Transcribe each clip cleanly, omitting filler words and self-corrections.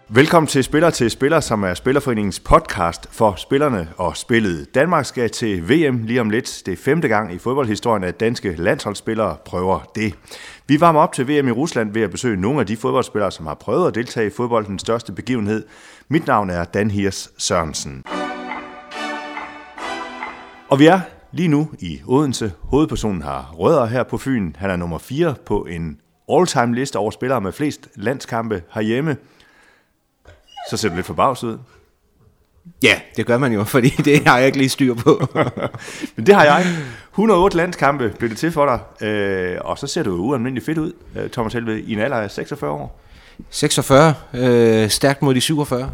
Velkommen til Spiller, som er Spillerforeningens podcast for spillerne og spillet. Danmark skal til VM lige om lidt. Det er 5. gang i fodboldhistorien, at danske landsholdsspillere prøver det. Vi varmer op til VM i Rusland ved at besøge nogle af de fodboldspillere, som har prøvet at deltage i fodboldens største begivenhed. Mit navn er Dan Hirs Sørensen. Og vi er lige nu i Odense. Hovedpersonen har rødder her på Fyn. Han er nummer 4 på en all-time liste over spillere med flest landskampe herhjemme. Så ser du lidt forbavset ud. Ja, det gør man jo, fordi det har jeg ikke lige styr på. Men det har jeg. 108 landskampe blev det til for dig, og så ser du ualmindeligt fedt ud, Thomas Helved, i en alder af 46 år. 46, stærkt mod de 47.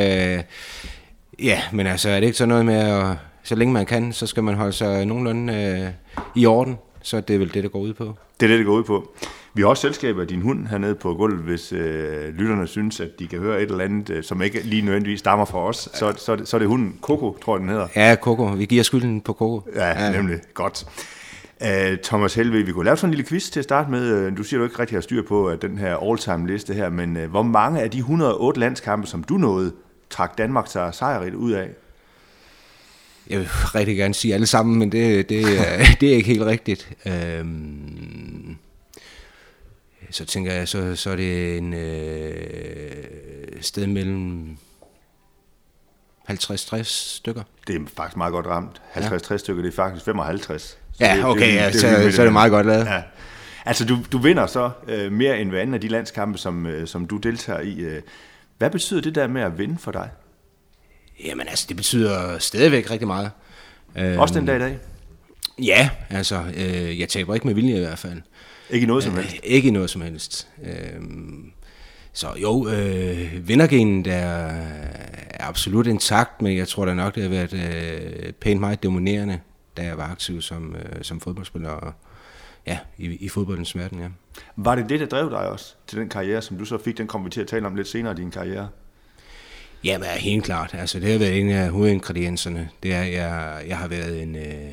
Ja, men altså er det ikke sådan noget med, at så længe man kan, så skal man holde sig nogenlunde i orden. Så det er vel det, der går ud på. Det er det, der går ud på. Vi har også selskab af din hund hernede på gulvet, hvis lytterne synes, at de kan høre et eller andet, som ikke lige nødvendigvis stammer fra os. Så er det hunden Coco, tror jeg, den hedder. Ja, Coco. Vi giver skylden på Coco. Ja, nemlig. Godt. Thomas Helveg, vi kunne lave sådan en lille quiz til at starte med. Du siger, du ikke rigtig har styr på den her all-time liste her, men hvor mange af de 108 landskampe, som du nåede, trak Danmark sig sejrigt ud af? Jeg vil rigtig gerne sige alle sammen, men det er ikke helt rigtigt. Så tænker jeg, så er det en sted mellem 50-60 stykker. Det er faktisk meget godt ramt. 50-60 stykker, det er faktisk 55. Ja, okay, så er det meget godt lavet. Ja. Altså, du vinder så mere end hver anden af de landskampe, som du deltager i. Hvad betyder det der med at vinde for dig? Jamen altså, det betyder stadigvæk rigtig meget. Også den dag i dag? Ja, altså, jeg taber ikke med vilje i hvert fald. Ikke noget som helst? Ikke noget som helst. Så jo, vindergenen er absolut intakt, men jeg tror da nok, det har været pænt meget dominerende, da jeg var aktiv som fodboldspiller og, ja, i fodboldens verden. Ja. Var det det, der drev dig også til den karriere, som du så fik? Den kommer vi til at tale om lidt senere i din karriere. Ja, men helt klart. Altså, det har været en af hovedingredienserne. Det er, jeg har været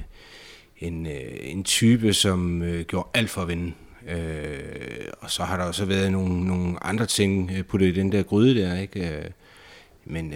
en type, som gjorde alt for at vinde. Og så har der også været nogle andre ting puttet i den der gryde der, ikke? Men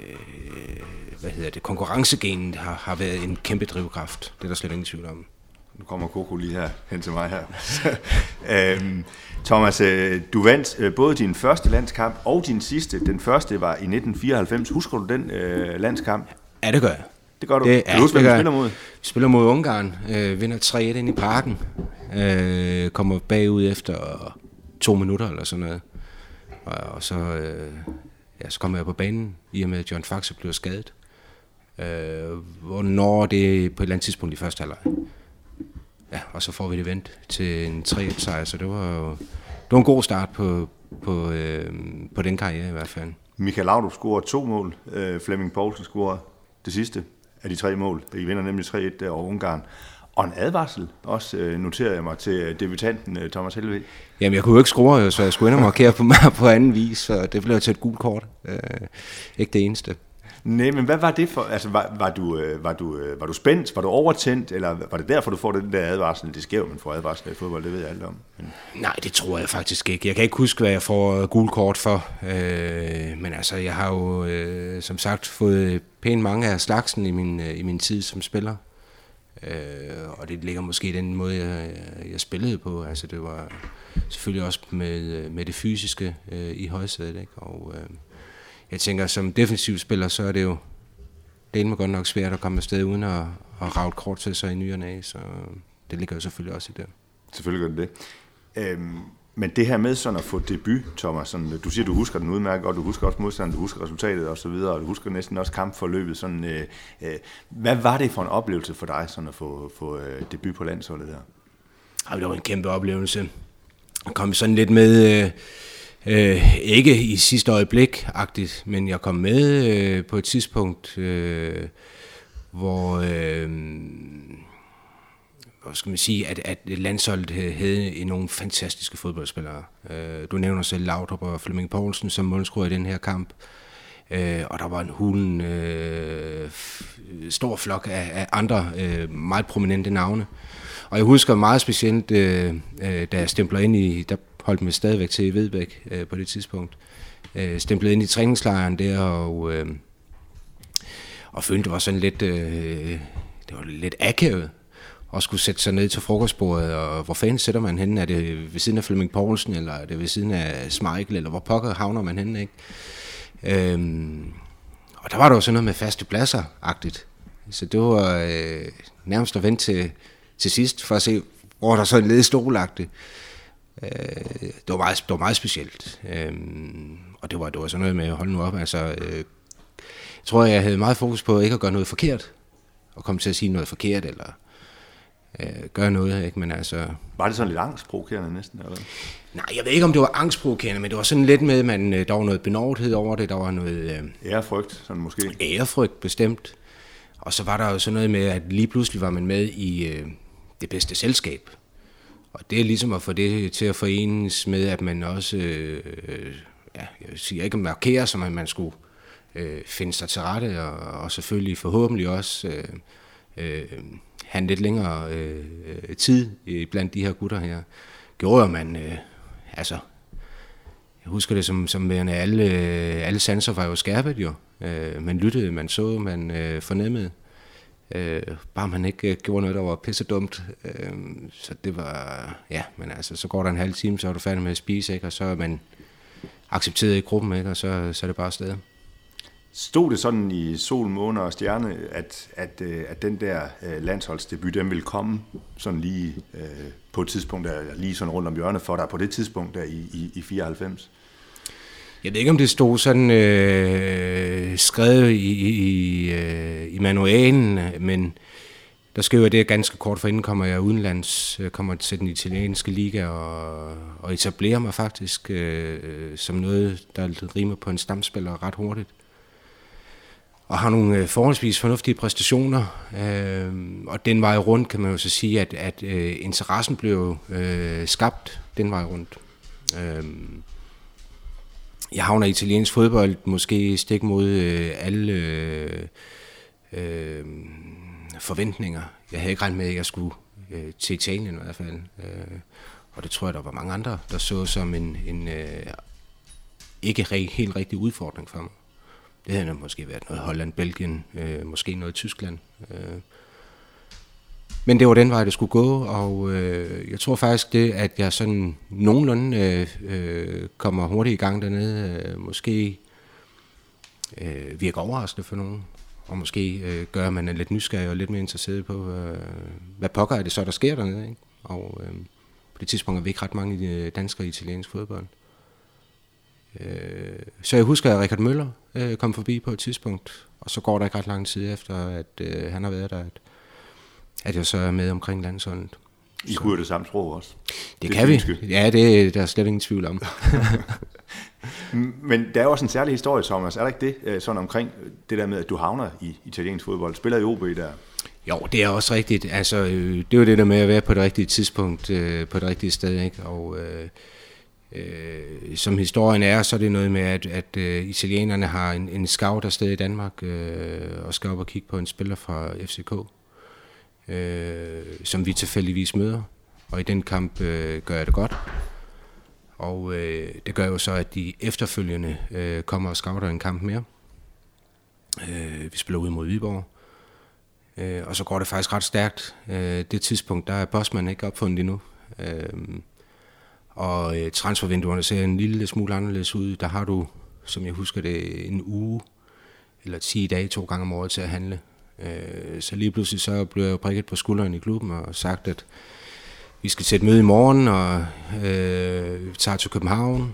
konkurrencegenen har været en kæmpe drivkraft. Det er der slet ingen tvivl om. Nu kommer Coco lige her hen til mig her. Thomas, du vandt både din første landskamp og din sidste. Den første var i 1994. Husker du den landskamp? Ja, det gør jeg. Det gør du? Kan du huske, hvem du spiller mod? Vi spiller mod Ungarn, vinder 3-1 ind i parken, kommer bagud efter 2 minutter eller sådan noget. Og så, så kommer jeg på banen, i og med at John Faxe bliver skadet. Hvornår det på et eller andet tidspunkt i første halvleg. Ja, og så får vi det vendt til en 3-1 sejr, så det var en god start på den karriere i hvert fald. Michael Laudrup scorer 2 mål, Flemming Poulsen scorer det sidste af de 3 mål. I vinder nemlig 3-1 der over Ungarn. Og en advarsel også, noterer jeg mig til debutanten Thomas Helveg. Jamen, jeg kunne jo ikke score, så jeg skulle ind og markere på mig på anden vis, så det blev til et gult kort. Ikke det eneste. Nej, men hvad var det for? Altså, var du spændt? Var du overtændt? Eller var det derfor, du får den der advarsel? Det sker jo, man får advarsel i fodbold, det ved jeg alt om. Men... Nej, det tror jeg faktisk ikke. Jeg kan ikke huske, hvad jeg får gult kort for. Men altså, jeg har jo som sagt fået pænt mange af slagsen i min tid som spiller. Og det ligger måske i den måde, jeg spillede på. Altså, det var selvfølgelig også med det fysiske i højsædet, ikke? Og... Jeg tænker, som defensiv spiller, så er det jo delt med godt nok svært at komme afsted uden at rave kort til sig i ny og næ, så det ligger jo selvfølgelig også i det. Selvfølgelig gør det det. Men det her med sådan at få debut, Thomas, sådan, du siger, du husker den udmærket godt, du husker også modstanden, du husker resultatet og så videre, og du husker næsten også kampforløbet. Sådan, hvad var det for en oplevelse for dig, sådan at få debut på landsholdet der? Det var en kæmpe oplevelse. Jeg kom sådan lidt med... ikke i sidste øjeblik-agtigt, men jeg kom med på et tidspunkt, hvor skal man sige, at landsholdet havde nogle fantastiske fodboldspillere. Du nævner selv Laudrup og Flemming Poulsen som målscorer i den her kamp, og der var en stor flok af andre meget prominente navne. Og jeg husker meget specielt, da jeg stempler ind i, der holdt mig stadigvæk til i Vedbæk på det tidspunkt. stemplet ind i træningslejren der, og følte, det var sådan lidt, det var lidt akavet at skulle sætte sig ned til frokostbordet, og hvor fanden sætter man henne? Er det ved siden af Flemming Poulsen, eller er det ved siden af Schmeichel, eller hvor pokker havner man henne, ikke? Og der var der jo sådan noget med faste pladser-agtigt. Så det var nærmest at vente til sidst, for at se, hvor der så en ledig stolagtigt. Det var meget specielt. Og det var sådan noget med at holde nu op. Altså, jeg tror, jeg havde meget fokus på ikke at gøre noget forkert, og komme til at sige noget forkert, eller gøre noget, ikke? Men altså... Var det sådan lidt angstprovokerende næsten, eller? Nej, jeg ved ikke, om det var angstprovokerende, men det var sådan lidt med, der var noget benådthed over det, der var noget... ærefrygt, sådan måske? Ærefrygt, bestemt. Og så var der jo sådan noget med, at lige pludselig var man med i det bedste selskab. Og det er ligesom at få det til at forenes med, at man også, jeg siger ikke markere, som at man skulle finde sig til rette, og selvfølgelig forhåbentlig også have en lidt længere tid blandt de her gutter her. Gjorde man, jeg husker det som værende alle sanser var jo skærpet jo. Man lyttede, man så, man fornemmede. Bare man ikke gjorde noget, der var pissedumt. Så det var, ja, men altså, så går der en halv time, så er du færdig med at spise, ikke? Og så er man accepteret i gruppen, ikke? Og så er det bare afsted. Stod det sådan i sol, måne og stjerne, at den der landsholdsdebut, den ville komme sådan lige på et tidspunkt, der lige sådan rundt om hjørnet for dig på det tidspunkt der i 94? Jeg ved ikke, om det stod sådan skrevet i manualen, men der skriver det ganske kort forinden, kommer jeg udenlands, kommer til den italienske liga og etablerer mig faktisk som noget, der rimer på en stamspiller ret hurtigt. Og har nogle forholdsvis fornuftige præstationer, og den vej rundt kan man jo så sige, at interessen blev skabt den vej rundt. Jeg havner i italiensk fodbold, måske stik mod alle forventninger. Jeg havde ikke regnet med, at jeg skulle til Italien i hvert fald. Og det tror jeg, der var mange andre, der så som en ikke helt rigtig udfordring for mig. Det havde måske været noget Holland, Belgien, måske noget Tyskland. Men det var den vej, det skulle gå, og jeg tror faktisk det, at jeg sådan nogenlunde kommer hurtigt i gang dernede, måske virker overraskende for nogen, og måske gør, at man er lidt nysgerrig og lidt mere interesseret på, hvad pokker er det så, der sker dernede, ikke? Og på det tidspunkt er vi ikke ret mange danskere i italiensk fodbold. Så jeg husker, at Richard Møller kom forbi på et tidspunkt, og så går der ikke ret lang tid efter, at han har været der, at jeg så er med omkring landsholdet. I kunne det samme sprog også? Det kan vi. Ja, det er der slet ingen tvivl om. Men der er også en særlig historie, Thomas. Er der ikke det, sådan omkring det der med, at du havner i italiensk fodbold? Spiller i OB der? Jo, det er også rigtigt. Altså, det er jo det der med at være på det rigtige tidspunkt, på det rigtige sted, ikke? Og som historien er, så er det noget med, at italienerne har en scout afsted i Danmark, og skal op og kigge på en spiller fra FCK, som vi tilfældigvis møder. Og i den kamp gør jeg det godt. Og det gør jo så, at de efterfølgende kommer og scouter en kamp mere. Vi spiller ud mod Viborg. Og så går det faktisk ret stærkt. Det tidspunkt, der er Bosman ikke opfundet endnu. Og transfervinduerne ser en lille smule anderledes ud. Der har du, som jeg husker det, en uge eller 10 dage 2 gange om året til at handle. Så lige pludselig så blev jeg prikket på skulderen i klubben og sagt, at vi skal til et møde i morgen, og vi tager til København.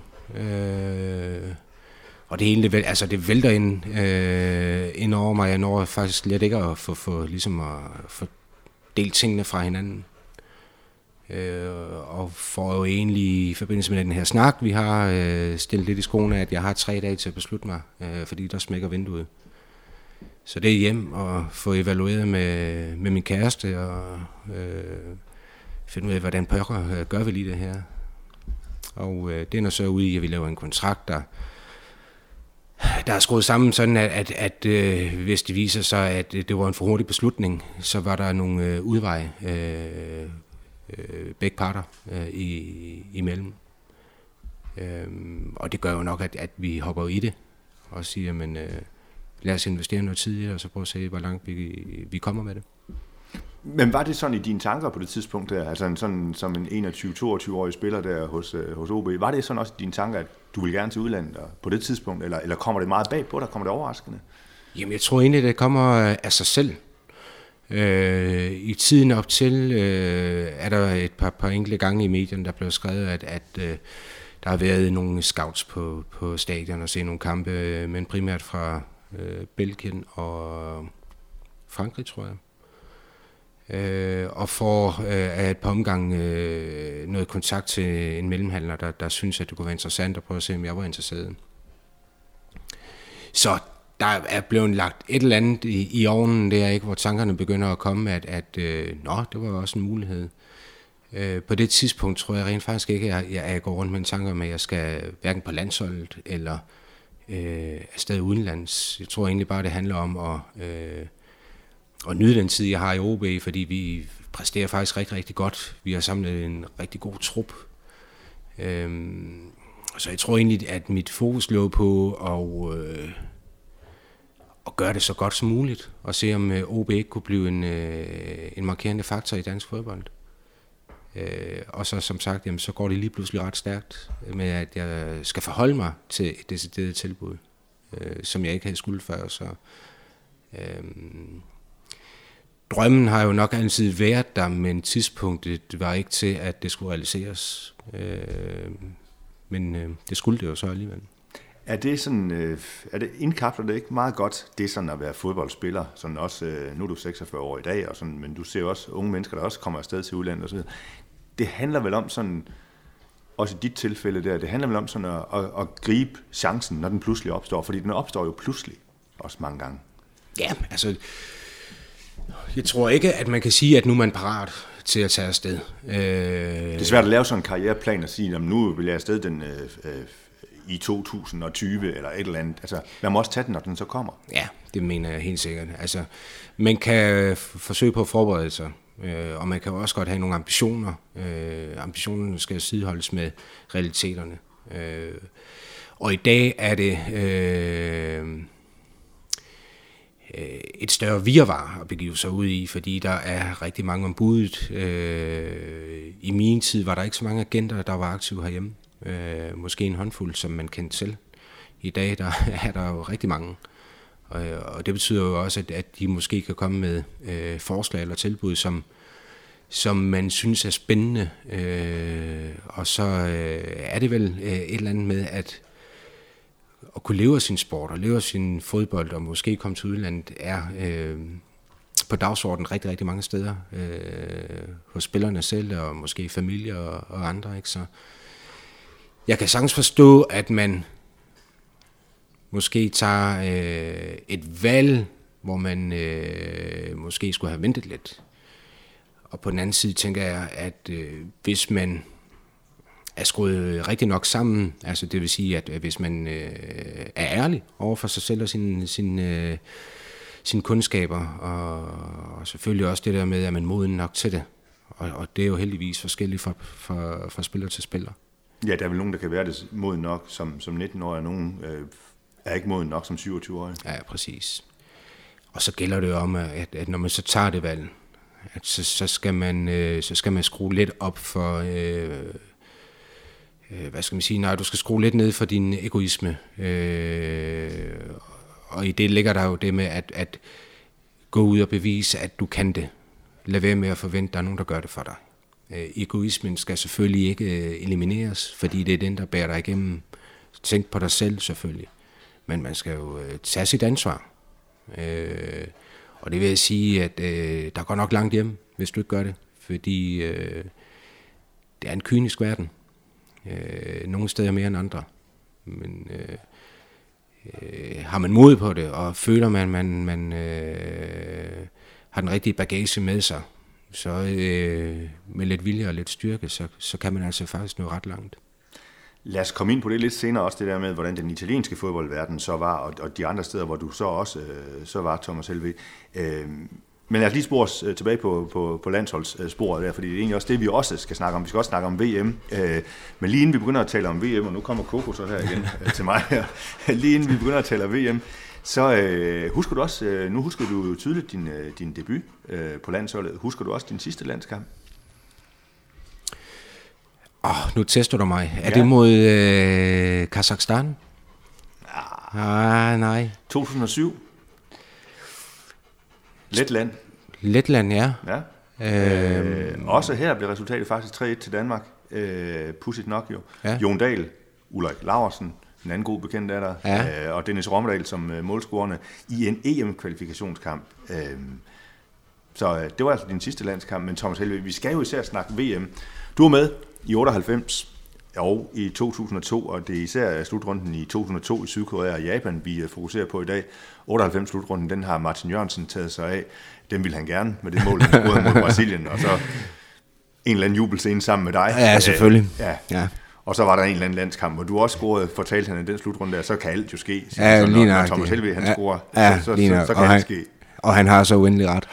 Og det hele, det vælter ind over mig. Jeg når faktisk slet ikke at få delt tingene fra hinanden. Og får jo egentlig i forbindelse med den her snak, vi har stillet lidt i skoene, at jeg har 3 dage til at beslutte mig, fordi der smækker vinduet. Så det er hjem og få evalueret med min kæreste og finde ud af, hvordan pokker gør vi lige det her. Og det ender så ud i, at vi laver en kontrakt, der er skruet sammen sådan, at hvis det viser sig, at det var en for hurtig beslutning, så var der nogle udveje begge parter imellem. Og det gør jo nok, at vi hopper i det og siger, men lad os investere noget tid i det, og så prøve at se, hvor langt vi kommer med det. Men var det sådan i dine tanker på det tidspunkt der, altså sådan som en 21-22-årig spiller der hos OB, var det sådan også i dine tanker, at du ville gerne til udlandet på det tidspunkt, eller kommer det meget bag på dig, kommer det overraskende? Jamen jeg tror egentlig, det kommer af sig selv. I tiden op til er der et par enkelte gange i medierne, der blev skrevet, at der har været nogle scouts på stadion og se nogle kampe, men primært fra Belgien og Frankrig, tror jeg. Og får af et par omgange noget kontakt til en mellemhandler, der synes, at det kunne være interessant at prøve at se, om jeg var interesseret. Så der er blevet lagt et eller andet i ovnen der, ikke, hvor tankerne begynder at komme, at det var også en mulighed. På det tidspunkt tror jeg rent faktisk ikke, at jeg går rundt med en tanke om, at jeg skal hverken på landsholdet eller afsted udenlands. Jeg tror egentlig bare, det handler om at nyde den tid, jeg har i OB, fordi vi præsterer faktisk rigtig, rigtig godt. Vi har samlet en rigtig god trup. Så jeg tror egentlig, at mit fokus lå på at gøre det så godt som muligt, og se om OB ikke kunne blive en markerende faktor i dansk fodbold. Og så som sagt, jamen, så går det lige pludselig ret stærkt med, at jeg skal forholde mig til et decideret tilbud, som jeg ikke havde skulle før. Så drømmen har jo nok altid været der, men tidspunktet var ikke til, at det skulle realiseres. Men det skulle det jo så alligevel. Er det sådan, indkapsler det ikke meget godt, det sådan at være fodboldspiller, sådan også, nu er du 46 år i dag, og sådan, men du ser også unge mennesker, der også kommer afsted til udlandet og så videre. Det handler vel om sådan, også i dit tilfælde der, det handler vel om sådan at gribe chancen, når den pludselig opstår, fordi den opstår jo pludselig, også mange gange. Ja, altså, jeg tror ikke, at man kan sige, at nu er man parat til at tage afsted. Det er svært at lave sådan en karriereplan og sige, at nu vil jeg afsted i 2020 eller et eller andet. Altså, man må også tage den, når den så kommer. Ja, det mener jeg helt sikkert. Altså, man kan forsøge på at forberede sig, og man kan også godt have nogle ambitioner. Ambitionerne skal sideholdes med realiteterne. Og i dag er det et større virvar at begive sig ud i, fordi der er rigtig mange ombudet. I min tid var der ikke så mange agenter, der var aktive herhjemme. Måske en håndfuld, som man kendte selv. I dag der er der jo rigtig mange. Og det betyder jo også, at de måske kan komme med forslag eller tilbud, som man synes er spændende. Og så er det vel et eller andet med, at kunne leve af sin sport og leve af sin fodbold og måske komme til udlandet er på dagsordenen rigtig, rigtig mange steder. Hos spillerne selv og måske familie og andre. Ikke? Så jeg kan sagtens forstå, at man måske tager et valg, hvor man måske skulle have ventet lidt. Og på den anden side tænker jeg, at hvis man er skruet rigtig nok sammen, altså det vil sige, at hvis man er ærlig over for sig selv og sine kundskaber, og selvfølgelig også det der med, at man er moden nok til det. Og det er jo heldigvis forskelligt fra spiller til spiller. Ja, der er vel nogen, der kan være det moden nok som 19-årig, og nogen er ikke moden nok som 27-årig. Ja, præcis. Og så gælder det jo om, at når man så tager det valg, at så skal man skrue lidt op for, hvad skal man sige, nej, du skal skrue lidt ned for din egoisme. Og i det ligger der jo det med, at gå ud og bevise, at du kan det. Lad være med at forvente, at der er nogen, der gør det for dig. Egoismen skal selvfølgelig ikke elimineres, fordi det er den, der bærer dig igennem. Tænk på dig selv selvfølgelig. Men man skal jo tage sit ansvar. Og det vil jeg sige, at der går nok langt hjem, hvis du ikke gør det. Fordi det er en kynisk verden. Nogle steder mere end andre. Men har man mod på det, og føler man har den rigtige bagage med sig, så med lidt vilje og lidt styrke, så kan man altså faktisk nå ret langt. Lad os komme ind på det lidt senere, også det der med, hvordan den italienske fodboldverden så var, og de andre steder, hvor du så også så var, Thomas Helveg. Men lad os lige spore os tilbage på landsholdssporet der, fordi det er egentlig også det, vi også skal snakke om. Vi skal også snakke om VM. Men lige inden vi begynder at tale om VM, og nu kommer Coco så her igen til mig her. Lige inden vi begynder at tale om VM, så husker du også, nu husker du jo tydeligt din debut på landsholdet. Husker du også din sidste landskamp? Nu tester du mig. Er det mod Kazakhstan? Nej. 2007? Letland, ja. Også her blev resultatet faktisk 3-1 til Danmark. Pudsigt nok jo. Ja. Jon Dahl, Ulrik Laursen, en anden god bekendt af dig, og Dennis Rommedal som målscorerne i en EM-kvalifikationskamp. Så det var altså din sidste landskamp, men Thomas Helveg, vi skal jo især snakke VM. Du var med i 98 og i 2002, og det er især slutrunden i 2002 i Sydkorea og Japan, vi fokuserer på i dag. 98-slutrunden, den har Martin Jørgensen taget sig af. Den ville han gerne med det mål, han scorede mod Brasilien, og så en eller anden jubelscene sammen med dig. Ja, selvfølgelig. Ja. Og så var der en eller anden landskamp, hvor du også scorede, fortalte han i den slutrunde der, så kan alt jo ske. Ja, lige når Thomas Helveg, han scorer, så kan alt ske. Og han har så uendelig ret.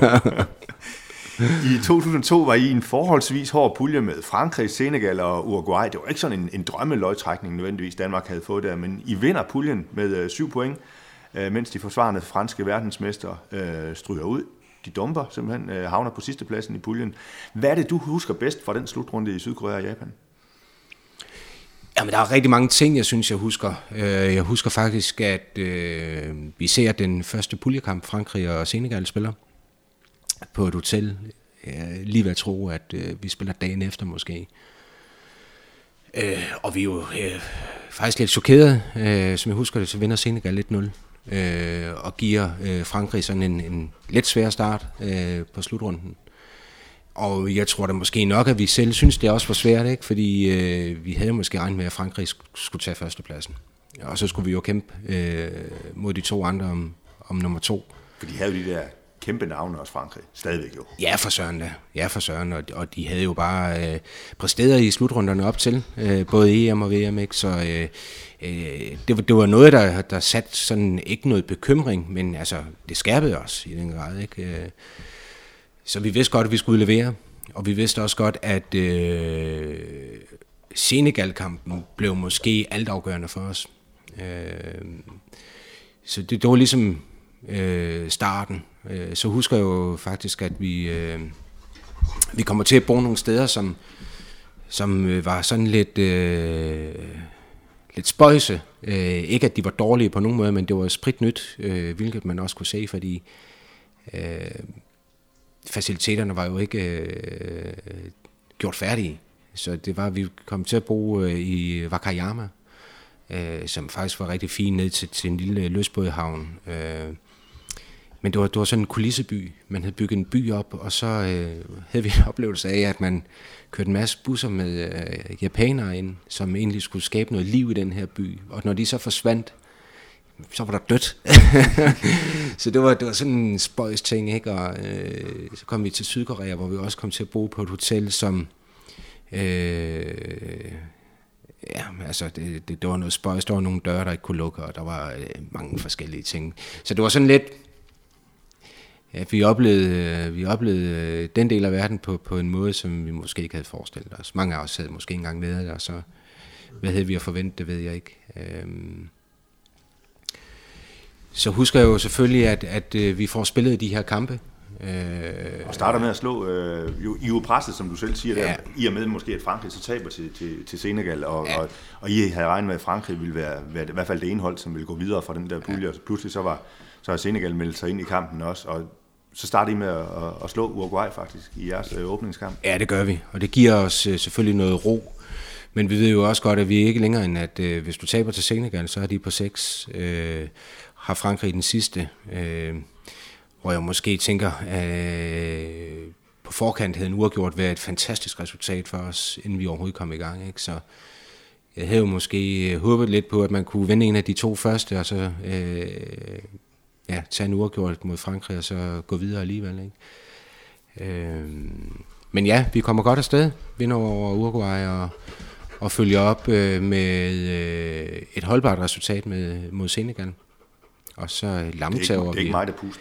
I 2002 var I en forholdsvis hård pulje med Frankrig, Senegal og Uruguay. Det var ikke sådan en drømmeløgtrækning nødvendigvis, Danmark havde fået der, men I vinder puljen med 7 point, mens de forsvarende franske verdensmestre stryger ud. De dumper simpelthen, havner på sidste pladsen i puljen. Hvad er det, du husker bedst fra den slutrunde i Sydkorea og Japan? Jamen, der er rigtig mange ting, jeg synes, jeg husker. Jeg husker faktisk, at vi ser den første puljekamp, Frankrig og Senegal spiller på et hotel. Lige ved at tro, at vi spiller dagen efter måske. Og vi er jo faktisk lidt chokerede. Som jeg husker det, så vinder Senegal 1-0 og giver Frankrig sådan en lidt svær start på slutrunden. Og jeg tror da måske nok, at vi selv synes, det også var svært, ikke? Fordi vi havde måske regnet med, at Frankrig skulle tage førstepladsen. Og så skulle vi jo kæmpe mod de 2 andre om nummer 2. For de havde jo de der kæmpe navne også, Frankrig, stadigvæk jo. Ja, for søren da. Ja, for søren. Og de havde jo bare præsteret i slutrunderne op til, både EM og VM, ikke? Så det var noget, der satte sådan ikke noget bekymring, men altså, det skærpede os i den grad, ikke? Så vi vidste godt, at vi skulle levere, og vi vidste også godt, at Senegal-kampen blev måske altafgørende for os. Så det var ligesom starten. Så husker jeg jo faktisk, at vi kommer til at bo nogle steder, som var sådan lidt spøjse. Ikke at de var dårlige på nogen måde, men det var spritnyt, hvilket man også kunne se, fordi faciliteterne var jo ikke gjort færdige. Så det var, at vi kom til at bo i Wakayama, som faktisk var rigtig fint ned til en lille løsbådehavn. Men det var sådan en kulisseby. Man havde bygget en by op, og så havde vi en oplevelse af, at man kørte en masse busser med japanere ind, som egentlig skulle skabe noget liv i den her by. Og når de så forsvandt, så var der dødt. Så det var sådan en spøjs ting, ikke? Og så kom vi til Sydkorea, hvor vi også kom til at bo på et hotel, som det var noget spøjs. Der var nogle døre, der ikke kunne lukke, og der var mange forskellige ting. Så det var sådan lidt, ja, vi oplevede den del af verden på en måde, som vi måske ikke havde forestillet os. Mange af os havde måske ikke engang været der, så hvad havde vi at forvente, det ved jeg ikke. Så husker jeg jo selvfølgelig, at vi får spillet de her kampe. Og starter med at slå, I jo presset, som du selv siger, der, i og med måske, at Frankrig så taber til Senegal, og I havde regnet med, at Frankrig ville være i hvert fald det ene hold, som ville gå videre fra den der pulje, og pludselig så har Senegal meldt sig ind i kampen også, og så starter I med at slå Uruguay faktisk i jeres åbningskamp. Ja, det gør vi, og det giver os selvfølgelig noget ro. Men vi ved jo også godt, at vi er ikke længere end, at hvis du taber til Senegal, så er de på 6. Har Frankrig den sidste, hvor jeg måske tænker, på forkant havde en uafgjort været et fantastisk resultat for os, inden vi overhovedet kom i gang. Ikke? Så jeg havde jo måske håbet lidt på, at man kunne vinde en af de 2 første, og så tage en uafgjort mod Frankrig, og så gå videre alligevel. Ikke? Men ja, vi kommer godt afsted, vinder over Uruguay, og følger op med et holdbart resultat mod Senegal. Og så lammetæver vi. Det er ikke mig, der puster.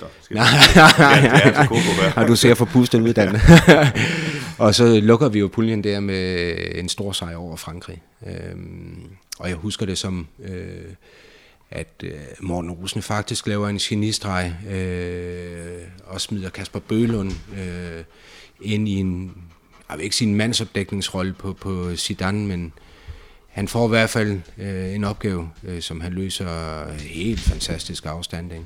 Nej. Og du ser forpustet ud, Dan. Og så lukker vi jo puljen der med en stor sejr over Frankrig. Og jeg husker det som, at Morten Olsen faktisk laver en genistreg og smider Kasper Bøhlund ind i en, jeg vil ikke sige en mandsopdækningsrolle på Zidane, men han får i hvert fald en opgave, som han løser helt fantastisk afstanding.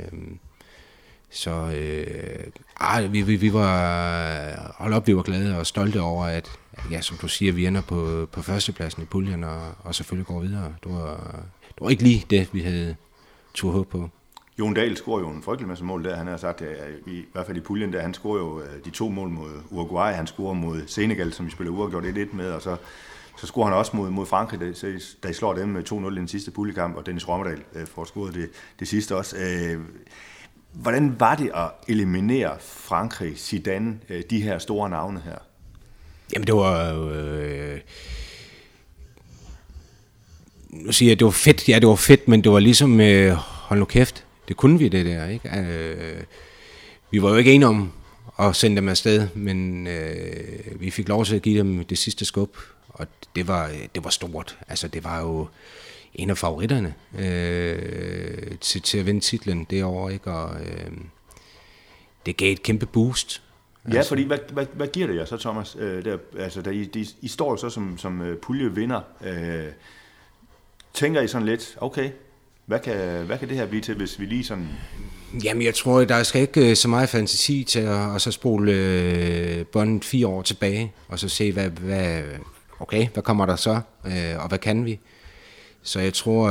Vi var glade og stolte over, at ja, som du siger, vi ender på førstepladsen i puljen og selvfølgelig går videre. Det var ikke lige det, vi havde tur håb på. Jon Dahl scorer jo en frygtelig masse mål der. Han har sagt, i hvert fald i puljen der, han scorer jo de 2 mål mod Uruguay. Han scorer mod Senegal, som vi spiller uafgjort 1-1 med, og så scorer han også mod Frankrig, da I slår dem med 2-0 i den sidste puljekamp, og Dennis Rommedal får scoret det sidste også. Hvordan var det at eliminere Frankrig, Zidane, de her store navne her? Jamen det var nu siger jeg, det var fedt. Ja, det var fedt, men det var ligesom, hold nu kæft, det kunne vi det der, ikke? Vi var jo ikke enige om at sende dem afsted, men vi fik lov til at give dem det sidste skub, og det var stort. Altså, det var jo en af favoritterne til at vinde titlen det år, ikke? Og det gav et kæmpe boost. Ja, fordi hvad giver det jer så, Thomas? I står jo så som puljevinder. Tænker I sådan lidt, okay, hvad kan det her blive til, hvis vi lige sådan... Jamen, jeg tror, der skal ikke så meget fantasi til at så spole båndet 4 år tilbage, og så se, hvad kommer der så, og hvad kan vi? Så jeg tror,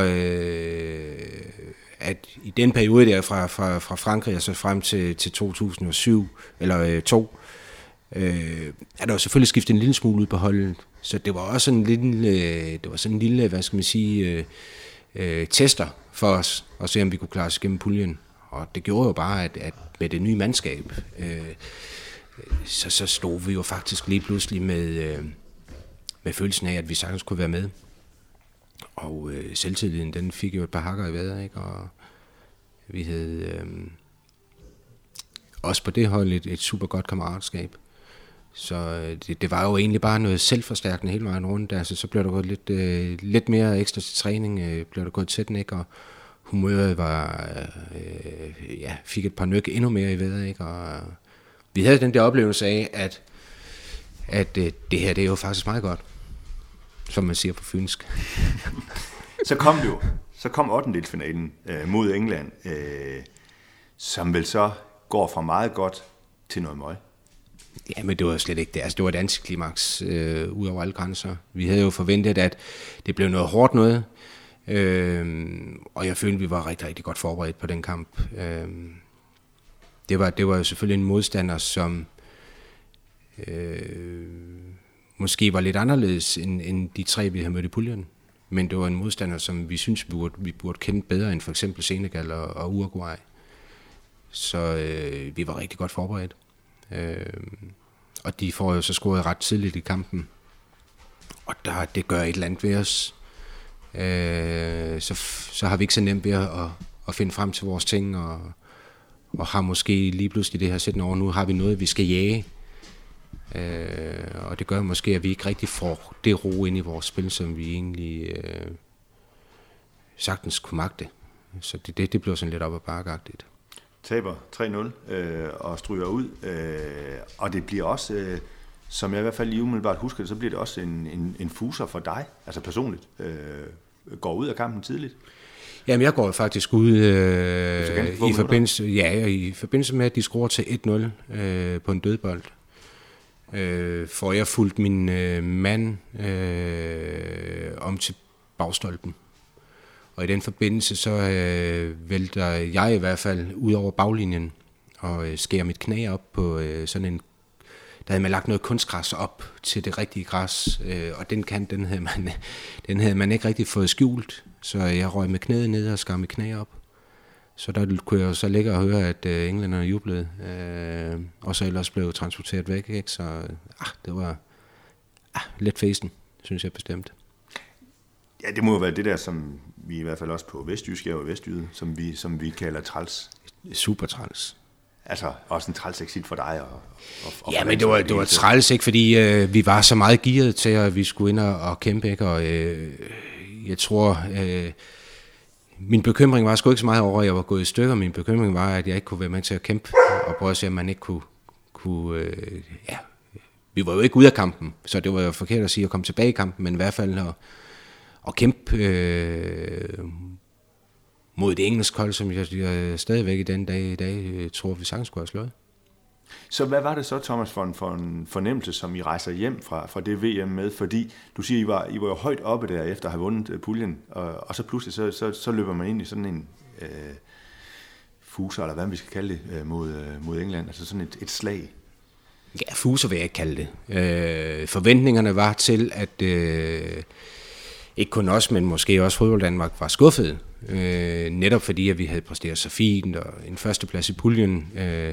at i den periode der fra Frankrig og så frem til 2007, eller 2, er der jo selvfølgelig skiftet en lille smule ud på holdet. Så det var også en lille, hvad skal man sige, tester for os, at se om vi kunne klare os gennem puljen. Og det gjorde jo bare, at med det nye mandskab, så stod vi jo faktisk lige pludselig med følelsen af, at vi sagtens kunne være med. Og selvtilliden, den fik jo et par hakker i vejret, ikke? Og vi havde også på det hold et super godt kammeratskab. Så det var jo egentlig bare noget selvforstærkende hele vejen rundt. Altså, så blev der gået lidt mere ekstra til træning, blev der gået til den, ikke? Og humøret var, fik et par nyk endnu mere i vejret, ikke? Og vi havde den der oplevelse af, at det her, det er jo faktisk meget godt, som man siger på fynsk. Så kom 8-delsfinalen mod England, som vel så går fra meget godt til noget møg. Ja, men det var slet ikke det. Altså, det var et antiklimaks ud over alle grænser. Vi havde jo forventet, at det blev noget hårdt noget, og jeg følte, at vi var rigtig, rigtig godt forberedt på den kamp. Det var jo selvfølgelig en modstander, som måske var lidt anderledes end de 3, vi havde mødt i puljen. Men det var en modstander, som vi synes, vi burde kende bedre end for eksempel Senegal og Uruguay. Så vi var rigtig godt forberedt. Og de får jo så scoret ret tidligt i kampen. Og det gør et eller andet ved os. Så har vi ikke så nemt ved at finde frem til vores ting, og har måske lige pludselig det her sættende over, nu har vi noget, vi skal jage. Og det gør måske, at vi ikke rigtig får det ro ind i vores spil, som vi egentlig sagtens kunne magte. Så det blev sådan lidt op ad bakkeagtigt. Taber 3-0 og stryger ud, og det bliver også, som jeg i hvert fald lige umiddelbart husker det, så bliver det også en fuser for dig, altså personligt, går ud af kampen tidligt. Jamen, jeg går faktisk ud i forbindelse med, at de scorer til 1-0 på en dødbold. For jeg fulgte min mand om til bagstolpen. Og i den forbindelse så vælter jeg i hvert fald ud over baglinjen og skærer mit knæ op på sådan en... Der havde man lagt noget kunstgræs op til det rigtige græs, og den havde man ikke rigtig fået skjult. Så jeg røg med knæet ned og skar mit knæ op. Så der kunne jeg jo så ligge og høre, at englænderne jublede, og så ellers blev transporteret væk, ikke? Så det var lidt festen, synes jeg bestemt. Ja, det må jo være det der, som vi er i hvert fald også på Vestjysk og Vestjyde, som vi kalder træls. Super træls. Altså også en træls exit for dig. Og ja, men det var træls, ikke, fordi vi var så meget gearet til, at vi skulle ind og kæmpe, ikke, og jeg tror, min bekymring var sgu ikke så meget over, at jeg var gået i stykker. Min bekymring var, at jeg ikke kunne være med til at kæmpe, og prøve at se, at man ikke kunne vi var jo ikke ude af kampen, så det var jo forkert at sige at komme tilbage i kampen, men i hvert fald at kæmpe mod det engelske hold, som jeg stadigvæk i den dag i dag tror, vi sagtens skulle have slået. Så hvad var det så, Thomas, for en fornemmelse, som I rejser hjem fra det VM med? Fordi du siger, I var jo højt oppe der efter at have vundet puljen, og så pludselig så løber man ind i sådan en fuser, eller hvad vi skal kalde det, mod England, altså sådan et slag. Ja, fuser vil jeg ikke kalde det. Forventningerne var til, at ikke kun os, men måske også fodbold Danmark var skuffet. Netop fordi, at vi havde præsteret så fint, og en førsteplads i puljen,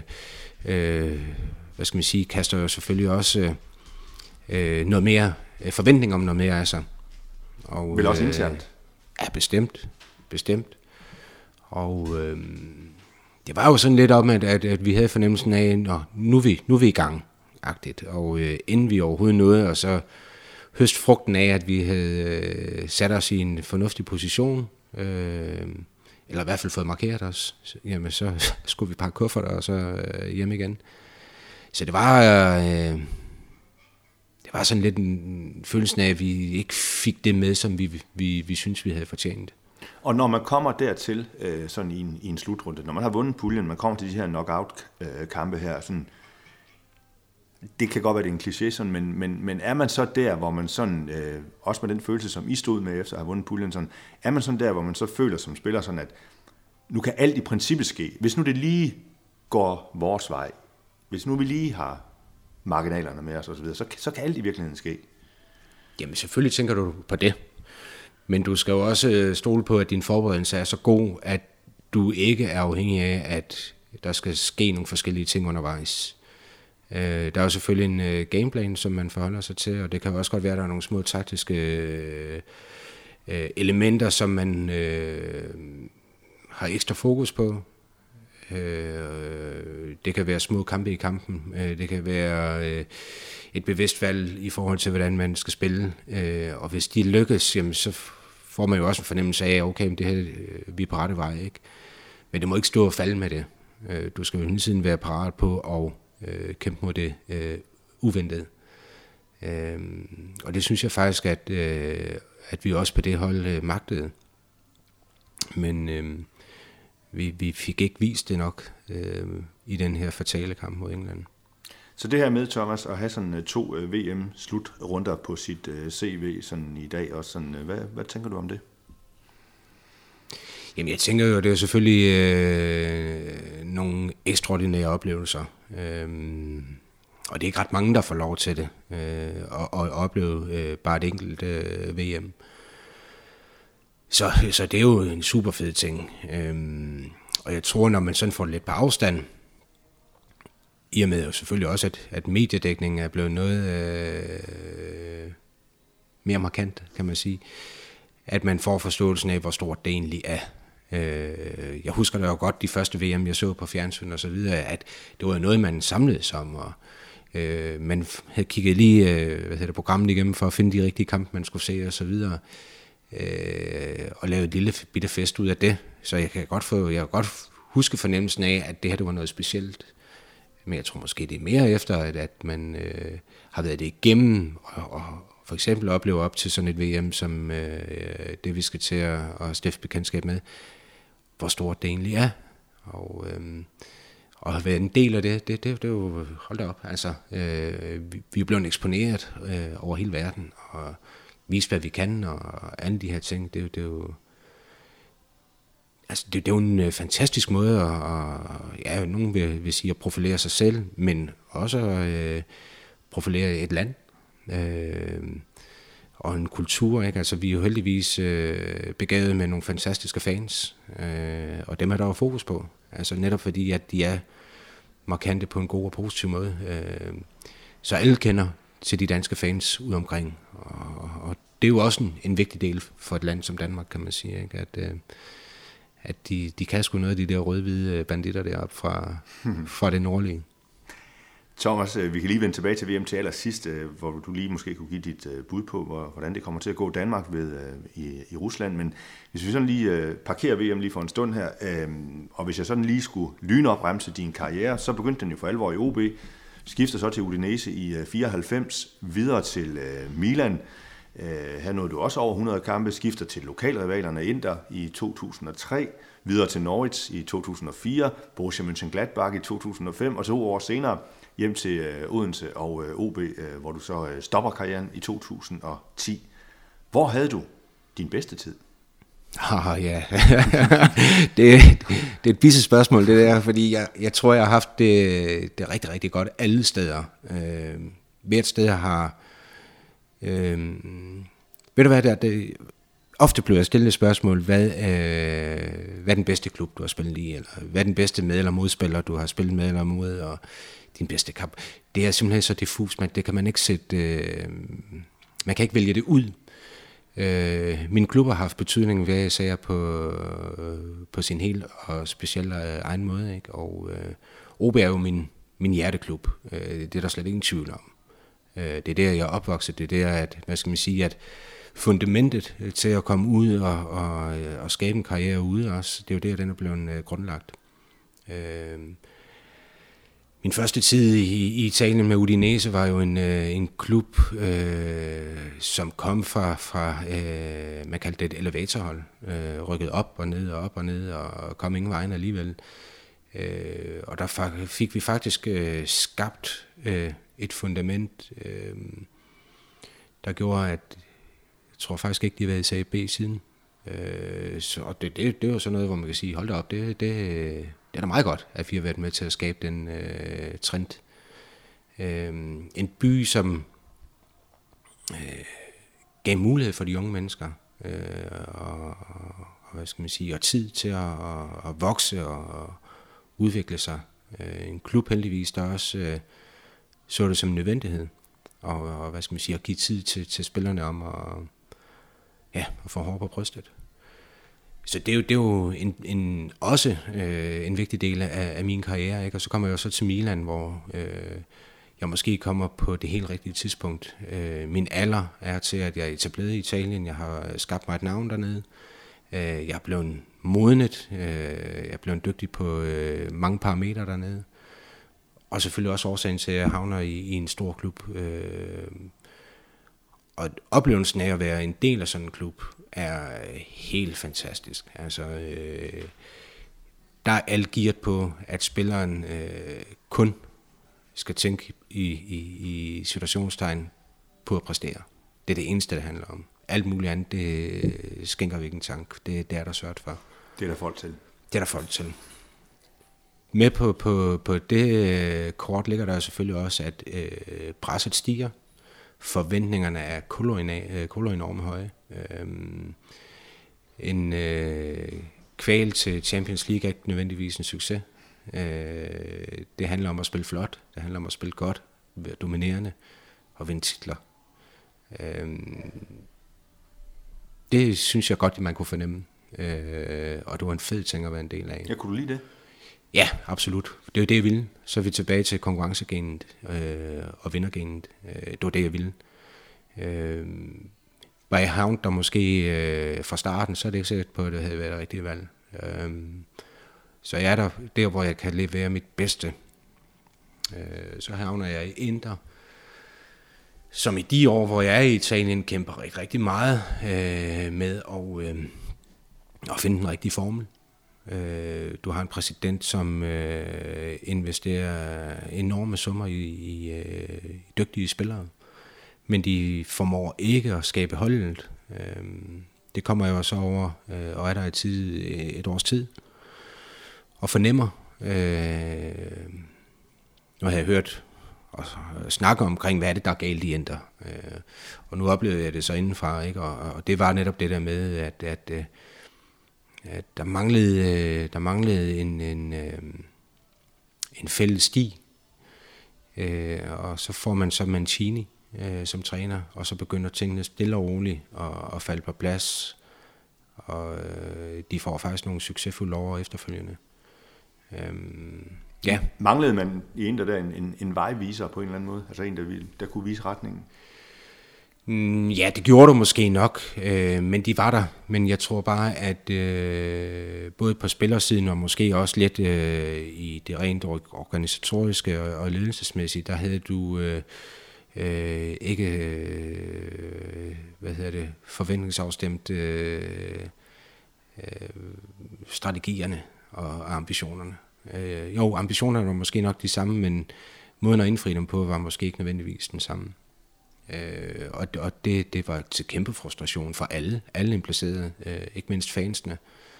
hvad skal man sige, kaster jo selvfølgelig også noget mere, forventning om noget mere af sig. Og, vel også internt? Ja, bestemt. Og det var jo sådan lidt om, at vi havde fornemmelsen af, nu er vi i gang-agtigt. Og inden vi overhovedet nåede, og så høst frugten af, at vi havde sat os i en fornuftig position, eller i hvert fald fået markeret os, jamen så skulle vi pakke kufferter og så hjem igen. Så det var sådan lidt en følelse af, at vi ikke fik det med, som vi synes, vi havde fortjent. Og når man kommer dertil, sådan i en slutrunde, når man har vundet puljen, man kommer til de her knockout-kampe her, sådan, det kan godt være, det er en kliché, sådan, men er man så der, hvor man sådan, også med den følelse, som I stod med efter at have vundet puljen, sådan, er man sådan der, hvor man så føler som spiller, sådan at nu kan alt i princippet ske. Hvis nu det lige går vores vej, hvis nu vi lige har marginalerne med os osv., så kan alt i virkeligheden ske. Jamen selvfølgelig tænker du på det. Men du skal jo også stole på, at din forberedelse er så god, at du ikke er afhængig af, at der skal ske nogle forskellige ting undervejs. Der er jo selvfølgelig en gameplan, som man forholder sig til, og det kan jo også godt være, at der er nogle små taktiske elementer, som man har ekstra fokus på. Det kan være små kampe i kampen, det kan være et bevidst valg i forhold til, hvordan man skal spille, og hvis de lykkes, jamen, så får man jo også en fornemmelse af, okay, det her, vi er på rette vej, ikke? Men det må ikke stå og falde med det. Du skal jo hele tiden være parat på at kæmpe mod det uventede. Og det synes jeg faktisk, at vi også på det hold magtede. Men vi fik ikke vist det nok i den her fatale kamp mod England. Så det her med, Thomas, at have sådan 2 VM-slutrunder på sit CV sådan i dag, også sådan, hvad tænker du om det? Jamen jeg tænker jo, det er selvfølgelig nogle ekstraordinære oplevelser. Og det er ikke ret mange, der får lov til det, og opleve bare et enkelt VM. Så det er jo en super fed ting. Og jeg tror, når man sådan får lidt på afstand, i og med jo selvfølgelig også, at mediedækningen er blevet noget mere markant, kan man sige, at man får forståelsen af, hvor stort det egentlig er. Jeg husker da jo godt de første VM, jeg så på fjernsyn og så videre, at det var noget, man samledes om, og man havde kigget lige programmet igennem for at finde de rigtige kampe, man skulle se og så videre, og lave et lille bitte fest ud af det. Så jeg kan godt huske fornemmelsen af, at det her det var noget specielt. Men jeg tror måske, det er mere efter, at man har været det igennem, og for eksempel oplever op til sådan et VM, som det vi skal til at stifte bekendtskab med, hvor stort det egentlig er. Og at være en del af det er jo, hold da op, altså, vi er blevet eksponeret over hele verden, og vise, hvad vi kan, og alle de her ting, det er jo... Altså, det er jo en fantastisk måde at nogen vil sige at profilere sig selv, men også profilere et land og en kultur, ikke? Altså, vi er jo heldigvis begavet med nogle fantastiske fans, og dem er der jo fokus på. Altså, netop fordi, at de er markante på en god og positiv måde. Så alle kender til de danske fans ude omkring, og det er jo også en vigtig del for et land som Danmark, kan man sige, ikke? At de kan sgu noget af de der rød-hvide banditter deroppe fra det nordlige. Thomas, vi kan lige vende tilbage til VM til allersidst, hvor du lige måske kunne give dit bud på, hvordan det kommer til at gå Danmark i Rusland. Men hvis vi sådan lige parkerer VM lige for en stund her, og hvis jeg sådan lige skulle lynopremse din karriere, så begyndte den jo for alvor i OB, skifter så til Udinese i 94, videre til Milan. Her nåede du også over 100 kampe, skifter til lokalrivalerne Inter i 2003, videre til Norwich i 2004, Borussia Mönchengladbach i 2005, og 2 år senere hjem til Odense og OB, hvor du så stopper karrieren i 2010. Hvor havde du din bedste tid? Ja, det er et bisse spørgsmål, det der, fordi jeg tror, jeg har haft det rigtig, rigtig godt alle steder. Hvert sted har... ved du hvad, ofte bliver jeg stillet et spørgsmål, hvad er den bedste klub, du har spillet i, eller hvad er den bedste med- eller modspiller, du har spillet med eller mod, og din bedste kamp. Det er simpelthen så diffus, men det kan man ikke sætte... man kan ikke vælge det ud. Mine klubber har haft betydning, hvad jeg siger, på sin helt og specielle egen måde, ikke? Og OB er jo min hjerteklub. Det er der slet ingen tvivl om. Det er der, jeg er opvokset. Det er der, at, hvad skal man sige, at fundamentet til at komme ud og skabe en karriere ude også, det er jo der, den er blevet grundlagt. Min første tid i Italien med Udinese var jo en klub, som kom fra man kaldte det et elevatorhold, rykket op og ned og op og ned og kom ingen vejen alligevel. Og der fik vi faktisk skabt et fundament, der gjorde, at jeg tror faktisk ikke, de har været i Serie B siden. Så det var sådan noget, hvor man kan sige, hold da op, det er da meget godt, at vi har været med til at skabe den trend. En by, som gav mulighed for de unge mennesker, og hvad skal man sige, og tid til at vokse og udvikle sig. En klub heldigvis, der også så det som en nødvendighed, og hvad skal man sige, at give tid til spillerne om at få hår på brystet. Så det er jo også en vigtig del af min karriere, ikke? Og så kommer jeg så til Milan, hvor jeg måske kommer på det helt rigtige tidspunkt. Min alder er til, at jeg er etableret i Italien. Jeg har skabt mig et navn dernede. Jeg er blevet modnet. Jeg er blevet dygtig på mange parametre dernede. Og selvfølgelig også årsagen til, at jeg havner i en stor klub. Og oplevelsen af at være en del af sådan en klub er helt fantastisk. Altså, der er alt gearet på, at spilleren kun skal tænke i situationstegn på at præstere. Det er det eneste, det handler om. Alt muligt andet, det skænker vi ikke en tank. Det er der sørget for. Det er der folk til. Det er der folk til. Med på det kort ligger der selvfølgelig også, at presset stiger. Forventningerne er koloenorme høje. En kval til Champions League er ikke nødvendigvis en succes. Det handler om at spille flot. Det handler om at spille godt, være dominerende og vinde titler. Det synes jeg godt, man kunne fornemme. Og det var en fed ting at være en del af. Ja, kunne du lide det? Ja, absolut. Det var det, jeg ville. Så er vi tilbage til konkurrencegenet og vindergenet. Det var det, jeg ville. Var jeg havnet der måske fra starten, så er det ikke sikkert på, at det havde været et rigtigt valg. Så jeg er der, hvor jeg kan levere mit bedste. Så havner jeg i Inter, som i de år, hvor jeg er i Italien, kæmper rigtig, rigtig meget med at finde den rigtige formel. Du har en præsident, som investerer enorme summer i dygtige spillere, men de formår ikke at skabe holdet. Det kommer jeg også over, og er der et års tid, og fornemmer. Nu har jeg hørt og snakke omkring, hvad er det, der er galt i Inter. Og nu oplevede jeg det så indenfra, ikke? Og det var netop det der med, at der manglede en fælles sti, og så får man så Mancini, som træner, og så begynder tingene stille og roligt at falde på plads, og de får faktisk nogle succesfulde år efterfølgende. Ja. Manglede man i en der en vejviser på en eller anden måde? Altså en, der kunne vise retningen? Ja, det gjorde du måske nok, men de var der. Men jeg tror bare, at både på spillersiden og måske også lidt i det rent organisatoriske og ledelsesmæssige, der havde du ikke forventningsafstemt strategierne og ambitionerne. Jo, ambitionerne var måske nok de samme, men måden at indfri dem på var måske ikke nødvendigvis den samme. Og det var til kæmpe frustration for alle implicerede, ikke mindst fansene.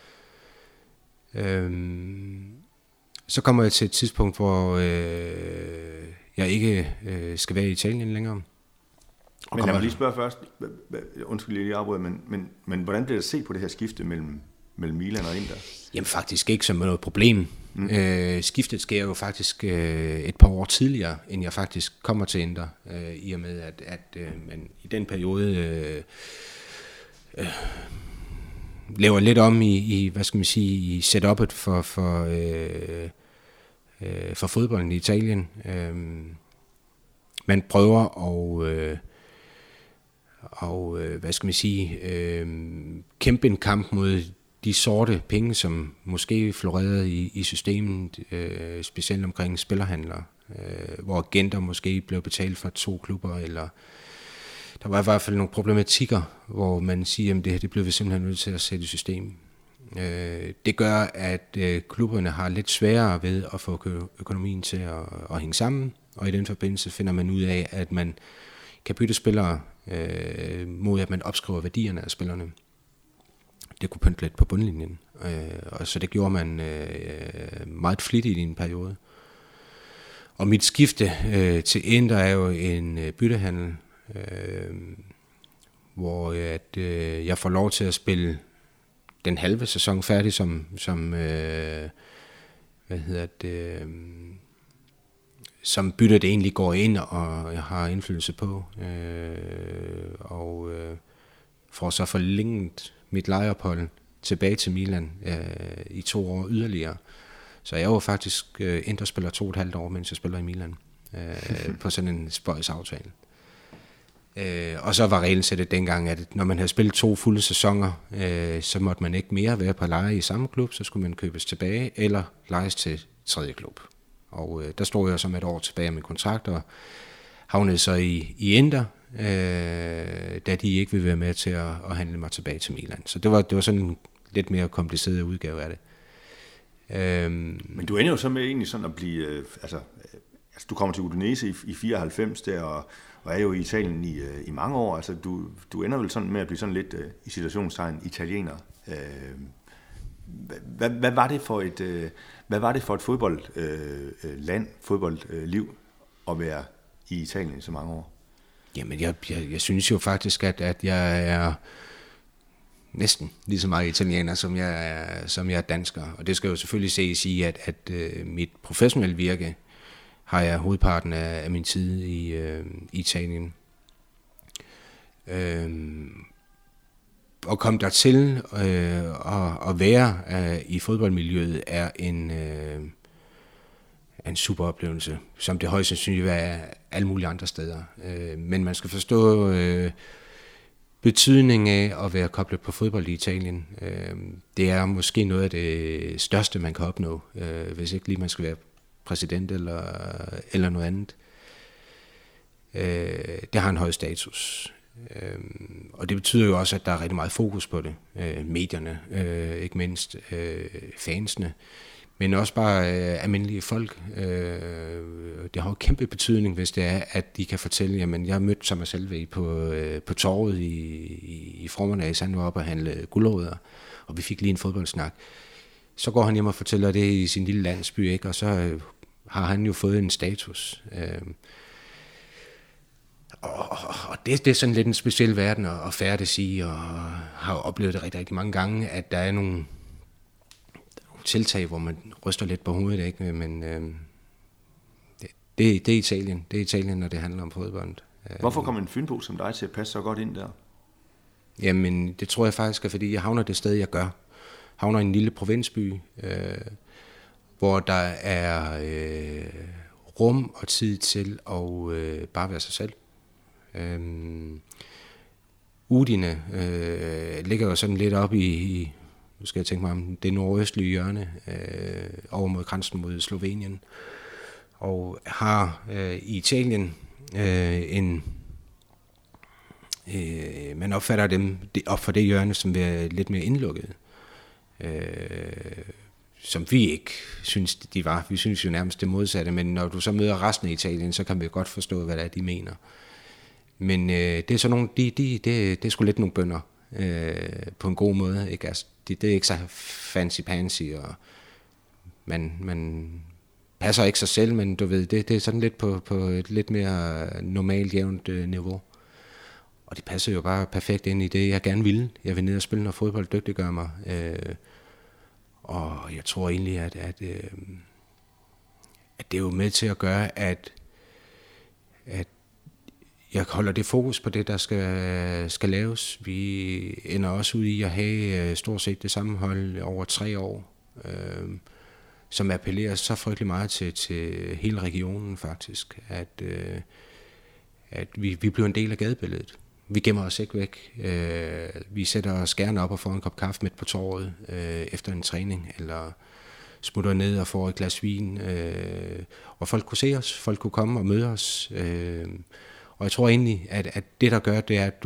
Så kommer jeg til et tidspunkt, hvor jeg ikke skal være i Italien længere. Men lad mig lige spørge først, undskyld lige afbryde, men hvordan bliver det set på det her skifte mellem Milan og Inter? Jamen faktisk ikke som noget problem. Skiftet sker jo faktisk et par år tidligere, end jeg faktisk kommer til Inter, i og med at man i den periode laver lidt om i hvad skal man sige, i setup'et for fodbolden i Italien. Man prøver og hvad skal man sige, kæmpe en kamp mod de sorte penge, som måske florerede i systemet, specielt omkring spillerhandlere, hvor agenter måske blev betalt for 2 klubber, eller der var i hvert fald nogle problematikker, hvor man siger, at det blev vi simpelthen nødt til at sætte i system. Det gør, at klubberne har lidt sværere ved at få økonomien til at hænge sammen, og i den forbindelse finder man ud af, at man kan bytte spillere mod, at man opskriver værdierne af spillerne. Det kunne pynte lidt på bundlinjen, og så det gjorde man meget flittigt i en periode. Og mit skifte til Inter er jo en byttehandel, hvor jeg får lov til at spille den halve sæson færdig, som byttet egentlig går ind og jeg har indflydelse på, og får så forlænget mit lejeophold tilbage til Milan i 2 år yderligere. Så jeg var faktisk Inter-spiller 2,5 år, mens jeg spiller i Milan, på sådan en spøjs aftale. Og så var regelsættet dengang, at når man havde spillet 2 fulde sæsoner, så måtte man ikke mere være på leje i samme klub, så skulle man købes tilbage eller lejes til 3. klub. Og der stod jeg så med 1 år tilbage af min kontrakt og havnede så i Inter, da de ikke ville være med til at handle mig tilbage til Milan. Så det var sådan en lidt mere kompliceret udgave af det. Men du ender jo så med egentlig sådan at blive, altså du kommer til Udinese i 94 der, og er jo i Italien i mange år. Altså du ender vel sådan med at blive sådan lidt i situationstegn italiener. Hvad var det for et fodboldland, fodboldliv at være i Italien i så mange år? Jamen, jeg synes jo faktisk, at jeg er næsten lige så meget italiener, som jeg er dansker. Og det skal jo selvfølgelig ses i, at mit professionelle virke har jeg hovedparten af min tid i Italien. Og komme dertil og være i fodboldmiljøet er en super oplevelse, som det højst sandsynligt er alle mulige andre steder. Men man skal forstå betydningen af at være koblet på fodbold i Italien. Det er måske noget af det største, man kan opnå, hvis ikke lige man skal være præsident eller noget andet. Det har en høj status. Og det betyder jo også, at der er rigtig meget fokus på det. Medierne, ikke mindst fansene, men også bare almindelige folk. Det har jo kæmpe betydning, hvis det er, at de kan fortælle, jamen jeg mødte Thomas Helveg på torvet i formiddag, han var oppe og handle gulerødder, og vi fik lige en fodboldsnak. Så går han hjem og fortæller det i sin lille landsby, ikke? Og så har han jo fået en status. Og det er sådan lidt en speciel verden at færdes i, og har jo oplevet det rigtig, rigtig mange gange, at der er nogle tiltag, hvor man ryster lidt på hovedet, ikke? Men det er Italien. Det er Italien, når det handler om fodbold. Hvorfor kom en fynbo som dig til at passe så godt ind der? Jamen, det tror jeg faktisk er, fordi jeg havner det sted, jeg gør. Havner i en lille provinsby, hvor der er rum og tid til at bare være sig selv. Udine ligger jo sådan lidt op i nu skal jeg tænke mig om det nordøstlige hjørne, over mod grænsen mod Slovenien, og har i Italien man opfatter dem op for det hjørne, som er lidt mere indlukket, som vi ikke synes, de var. Vi synes jo nærmest det modsatte, men når du så møder resten af Italien, så kan vi godt forstå, hvad det er, de mener. Men det er så nogle, det er sgu lidt nogle bønder, på en god måde, ikke? Altså, det er ikke så fancy-pansy, og man passer ikke sig selv, men du ved, det er sådan lidt på et lidt mere normalt, jævnt niveau. Og det passer jo bare perfekt ind i det, jeg gerne ville. Jeg vil ned og spille noget fodbold, dygtiggøre mig. Og jeg tror egentlig, at det er jo med til at gøre, at jeg holder det fokus på det, der skal laves. Vi ender også ud i at have stort set det samme hold over 3 år, som appellerer så frygtelig meget til hele regionen faktisk, at vi bliver en del af gadebilledet. Vi gemmer os ikke væk. Vi sætter os gerne op og får en kop kaffe midt på torvet efter en træning, eller smutter ned og får et glas vin. Og folk kunne se os, folk kunne komme og møde os. Og jeg tror egentlig, at det der gør, det er, at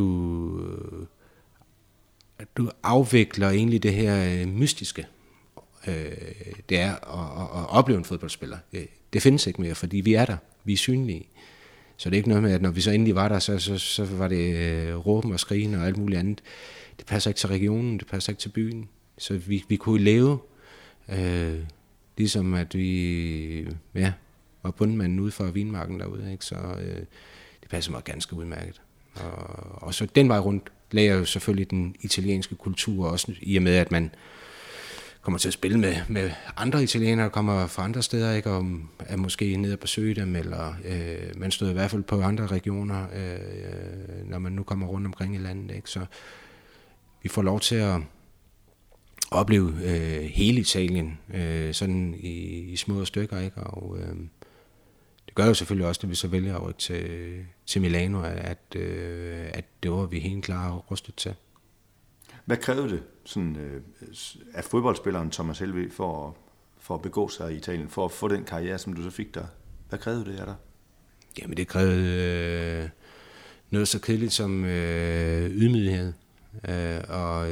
du afvikler egentlig det her mystiske. Det er at opleve en fodboldspiller. Det findes ikke mere, fordi vi er der. Vi er synlige. Så det er ikke noget med, at når vi så endelig var der, så var det råben og skrigen og alt muligt andet. Det passer ikke til regionen, det passer ikke til byen. Så vi kunne leve, ligesom at vi var bundmanden ude for vinmarken derude. Ikke? Så det passer mig ganske udmærket. Og så den vej rundt lagde jeg jo selvfølgelig den italienske kultur, også i og med, at man kommer til at spille med andre italienere, der kommer fra andre steder, ikke, og er måske nede og besøge dem, eller man stod i hvert fald på andre regioner, når man nu kommer rundt omkring i landet. Ikke? Så vi får lov til at opleve hele Italien, sådan i små stykker, ikke? Og det gør jo selvfølgelig også, at vi så vælger at rykke til Milano, at det var vi helt klar og rustet til. Hvad krævede det sådan, af fodboldspilleren Thomas Helveg for at begå sig i Italien, for at få den karriere, som du så fik der? Hvad krævede det af dig? Jamen det krævede noget så kedeligt som ydmyghed og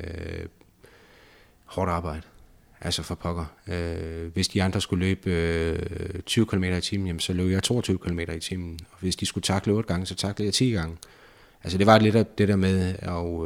hårdt arbejde. Altså for pokker. Hvis de andre skulle løbe 20 km i timen, jamen, så løb jeg 22 km i timen. Og hvis de skulle takle 8 gange, så taklede jeg 10 gange. Altså det var lidt af det der med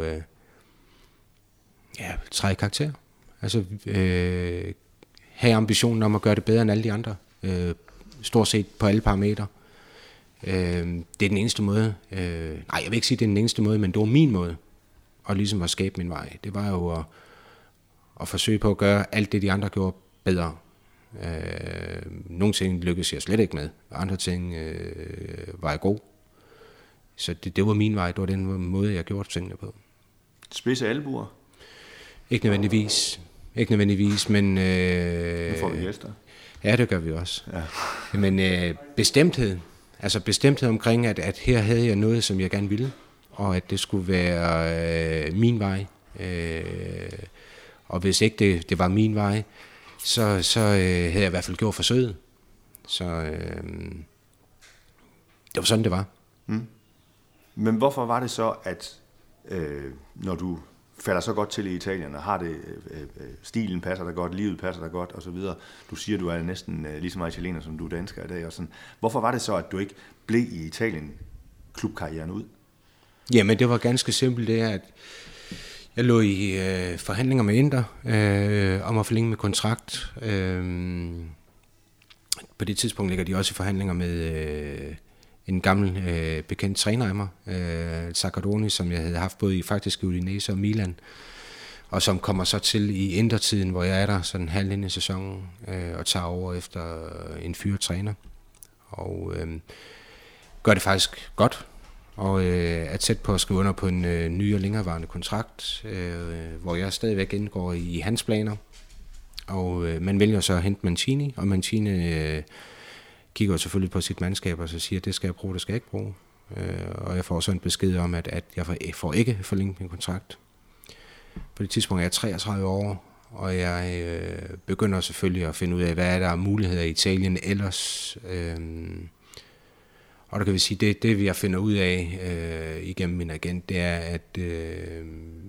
at træde karakter. Altså have ambitionen om at gøre det bedre end alle de andre. Stort set på alle parametre. Det er den eneste måde. Nej, jeg vil ikke sige, det er den eneste måde, men det var min måde. Og ligesom at skabe min vej. Det var jo at forsøge på at gøre alt det, de andre gjorde, bedre. Nogle ting lykkedes jeg slet ikke med. Andre ting var jeg god. Så det var min vej. Det var den måde, jeg gjorde tingene på. Spidse albuer? Ikke nødvendigvis, men... Nu får vi gæster. Ja, det gør vi også. Ja. Men bestemthed. Altså bestemthed omkring, at her havde jeg noget, som jeg gerne ville. Og at det skulle være min vej. Og hvis ikke det var min vej, så havde jeg i hvert fald gjort forsøget. Så det var sådan, det var. Mm. Men hvorfor var det så, at når du falder så godt til i Italien, og har det, stilen passer dig godt, livet passer dig godt, og så videre, du siger, du er næsten lige så meget italiener, som du er dansker i dag, og sådan. Hvorfor var det så, at du ikke blev i Italien klubkarrieren ud? Jamen, det var ganske simpelt, det er, at jeg lå i forhandlinger med Inter om at forlænge med kontrakt. På det tidspunkt ligger de også i forhandlinger med en gammel bekendt træner af mig, Zaccardoni, som jeg havde haft både i faktisk Udinese og Milan, og som kommer så til i Inter-tiden, hvor jeg er der sådan halv ind i sæsonen og tager over efter en fyret træner. Og gør det faktisk godt, og er tæt på at skrive under på en ny og længerevarende kontrakt, hvor jeg stadigvæk indgår i hans planer. Og man vælger så at hente Mancini, og Mancini kigger selvfølgelig på sit mandskab og så siger, det skal jeg bruge, det skal jeg ikke bruge. Og jeg får så en besked om, at jeg får ikke forlænget min kontrakt. På det tidspunkt er jeg 33 år, og jeg begynder selvfølgelig at finde ud af, hvad er der af muligheder i Italien ellers. Og der kan vi sige, det jeg finder ud af igennem min agent, det er, at det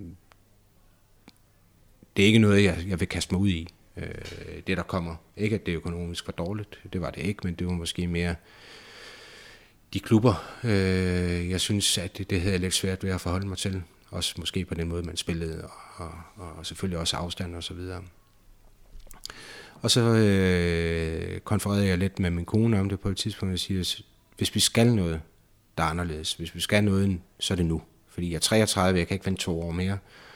er ikke noget, jeg vil kaste mig ud i. Det der kommer. Ikke at det økonomisk var dårligt, det var det ikke, men det var måske mere de klubber. Jeg synes, at det havde jeg lidt svært ved at forholde mig til. Også måske på den måde, man spillede, og selvfølgelig også afstand og så videre. Og så konfererede jeg lidt med min kone om det på et tidspunkt, og siger, hvis vi skal noget, der er anderledes. Hvis vi skal noget, så er det nu. Fordi jeg er 33, jeg kan ikke vente 2 år mere.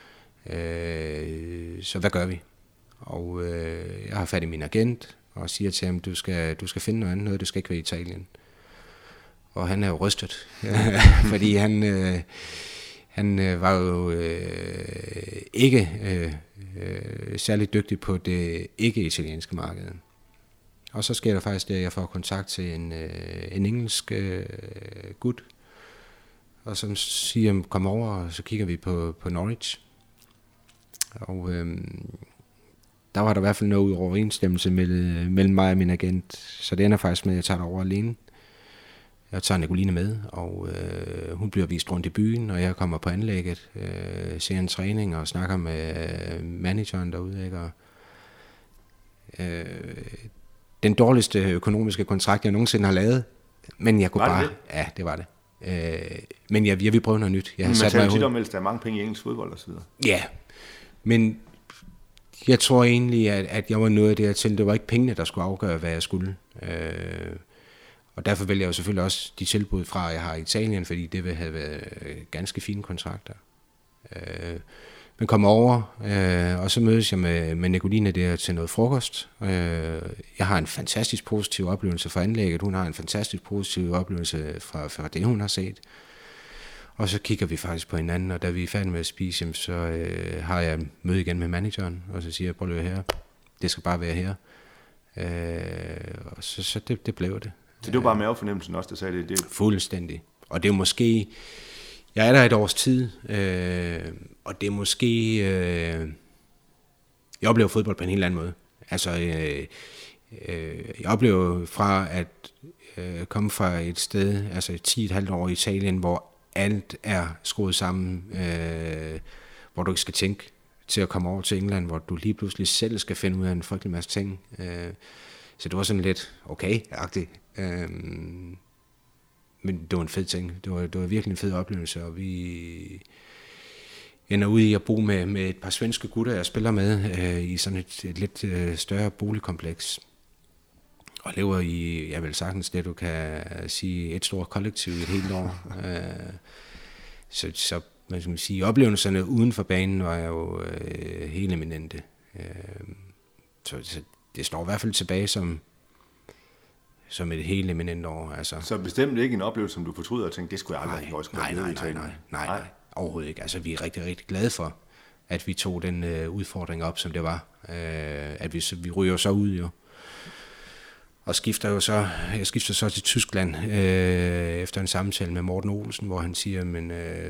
Så hvad gør vi? Og jeg har fat i min agent og siger til ham, du skal finde noget andet, det skal ikke være Italien. Og han er jo rystet, fordi han var jo ikke særlig dygtig på det ikke-italienske marked. Og så sker der faktisk det, at jeg får kontakt til en engelsk gut, og som siger, kom over, og så kigger vi på Norwich. Og der var der i hvert fald noget overensstemmelse mellem mig og min agent, så det ender faktisk med, at jeg tager det over alene. Jeg tager Nicoline med, og hun bliver vist rundt i byen, og jeg kommer på anlægget, ser en træning og snakker med manageren derude. Ikke? Og, den dårligste økonomiske kontrakt, jeg nogensinde har lavet, men jeg kunne bare... Ja, det var det. Men jeg vil prøve noget nyt. Man taler tit om, at der er mange penge i engelsk fodbold og så videre. Ja, men jeg tror egentlig, at jeg var nået dertil. Det var ikke pengene, der skulle afgøre, hvad jeg skulle. Og derfor vælger jeg jo selvfølgelig også de tilbud fra, jeg har i Italien, fordi det vil have været ganske fine kontrakter. Men kommer over, og så mødes jeg med Nicoline der til noget frokost. Jeg har en fantastisk positiv oplevelse fra anlægget. Hun har en fantastisk positiv oplevelse fra det, hun har set. Og så kigger vi faktisk på hinanden, og da vi er færdige med at spise, så har jeg møde igen med manageren, og så siger jeg, prøv at her, det skal bare være her. Og så det blev det. Så det var bare mavefornemmelsen også, der sagde det? Fuldstændig. Og det er måske... Jeg er der et års tid, og det er måske... jeg oplever fodbold på en helt anden måde. Altså, jeg oplever fra at komme fra et sted, altså 10,5 år i Italien, hvor alt er skruet sammen, hvor du ikke skal tænke, til at komme over til England, hvor du lige pludselig selv skal finde ud af en frygtelig masse ting. Så det var sådan lidt okay-agtigt. Men det var en fed ting. Det var virkelig en fed oplevelse, og vi ender ud i at bo med et par svenske gutter, jeg spiller med i sådan et lidt større boligkompleks. Og lever i, jeg vil sagtens det, du kan sige, et stort kollektiv i et helt år. Så man skal sige, oplevelserne uden for banen var jo helt eminente. Så det står i hvert fald tilbage som et helt eminent år. Altså. Så bestemt ikke en oplevelse, som du fortryder og tænkte, det skulle jeg aldrig have gjort? Nej, overhovedet ikke. Altså, vi er rigtig, rigtig glade for, at vi tog den udfordring op, som det var. At vi ryger så ud jo. Og jeg skifter så til Tyskland efter en samtale med Morten Olsen, hvor han siger, men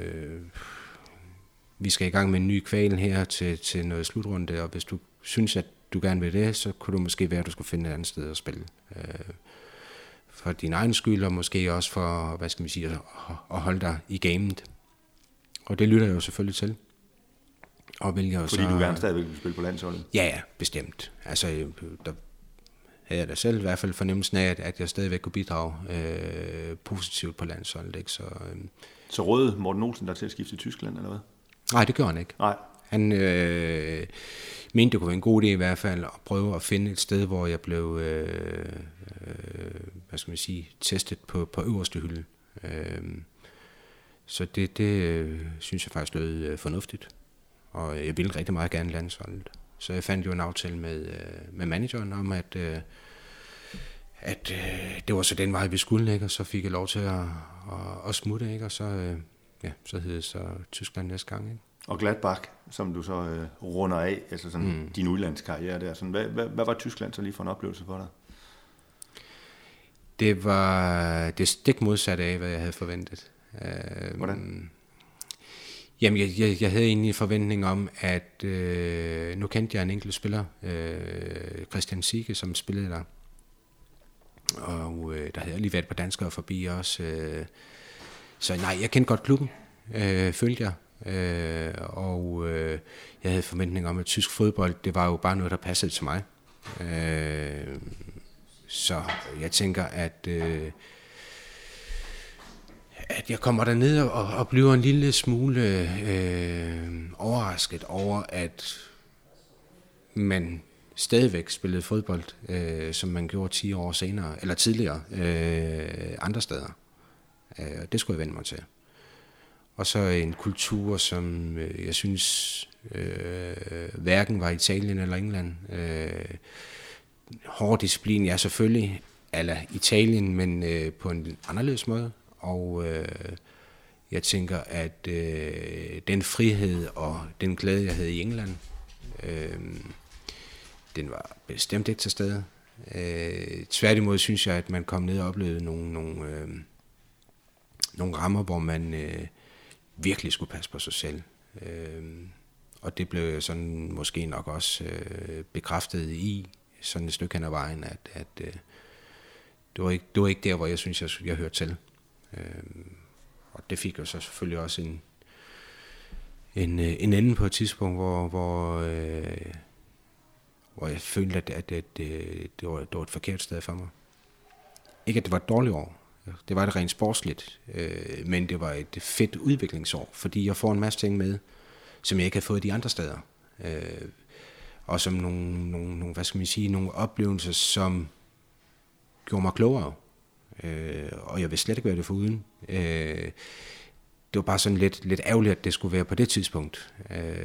vi skal i gang med en ny kval her til noget slutrunde, og hvis du synes, at du gerne vil det, så kunne det måske være, at du skulle finde et andet sted at spille. For din egen skyld, og måske også for, hvad skal man sige, at holde dig i gamet. Og det lytter jeg jo selvfølgelig til. Og vælger jo fordi så, du gerne stadigvæk vil spille på landsholdet? Ja, bestemt. Altså, der havde jeg da selv i hvert fald fornemmelsen af, at jeg stadigvæk kunne bidrage positivt på landsholdet. Ikke? Så rådede Morten Olsen der til at skifte til Tyskland, eller hvad? Nej, det gjorde han ikke. Nej. Han mente, det kunne være en god idé i hvert fald at prøve at finde et sted, hvor jeg blev hvad skal man sige, testet på øverste hylde. Så det synes jeg faktisk lød fornuftigt. Og jeg ville rigtig meget gerne landsholdet. Så jeg fandt jo en aftale med manageren om, det var så den vej, vi skulle, ikke? Og så fik jeg lov til at smutte, ikke? Og så, så hed det så Tyskland næste gang, ikke? Og Gladbach, som du så runder af, altså sådan din udlandskarriere der. Sådan, hvad var Tyskland så lige for en oplevelse for dig? Det var det stik modsatte af, hvad jeg havde forventet. Hvordan? Jamen, jeg havde egentlig en forventning om, at nu kendte jeg en enkelt spiller, Christian Siege, som spillede der. Og der havde jeg lige været på danskere forbi også. Så nej, jeg kendte godt klubben, følte jeg. Og jeg havde forventning om, at tysk fodbold, det var jo bare noget, der passede til mig. Så jeg tænker, at jeg kommer derned og bliver en lille smule overrasket over, at man stadigvæk spillede fodbold, som man gjorde 10 år senere, eller tidligere, andre steder. Det skulle jeg vende mig til. Og så en kultur, som jeg synes hverken var Italien eller England. Hård disciplin, ja selvfølgelig, eller Italien, men på en anderledes måde. Og jeg tænker, at den frihed og den glæde, jeg havde i England, den var bestemt ikke til stede. Tværtimod synes jeg, at man kom ned og oplevede nogle rammer, hvor man virkelig skulle passe på sig selv. Og det blev sådan måske nok også bekræftet i sådan et stykke hen ad vejen, at det var ikke der, hvor jeg synes, jeg hørte til. Og det fik jo så selvfølgelig også en ende på et tidspunkt, hvor jeg følte, at det var et forkert sted for mig. Ikke at det var et dårligt år. Det var det rent sportsligt, men det var et fedt udviklingsår, fordi jeg får en masse ting med, som jeg ikke havde fået de andre steder. Og som nogle, hvad skal man sige, nogle oplevelser, som gjorde mig klogere. Og jeg vil slet ikke være det foruden. Det var bare sådan lidt ærgerligt, at det skulle være på det tidspunkt.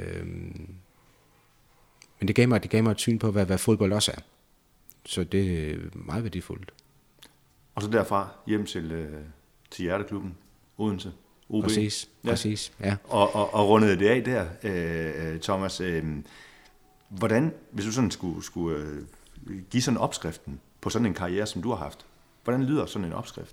Men det gav mig et syn på, hvad fodbold også er. Så det er meget værdifuldt. Og så derfra hjem til Hjerteklubben, Odense, OB. Præcis, ja. Og rundede det af der, Thomas. Hvordan, hvis du sådan skulle give sådan opskriften på sådan en karriere, som du har haft, hvordan lyder sådan en opskrift?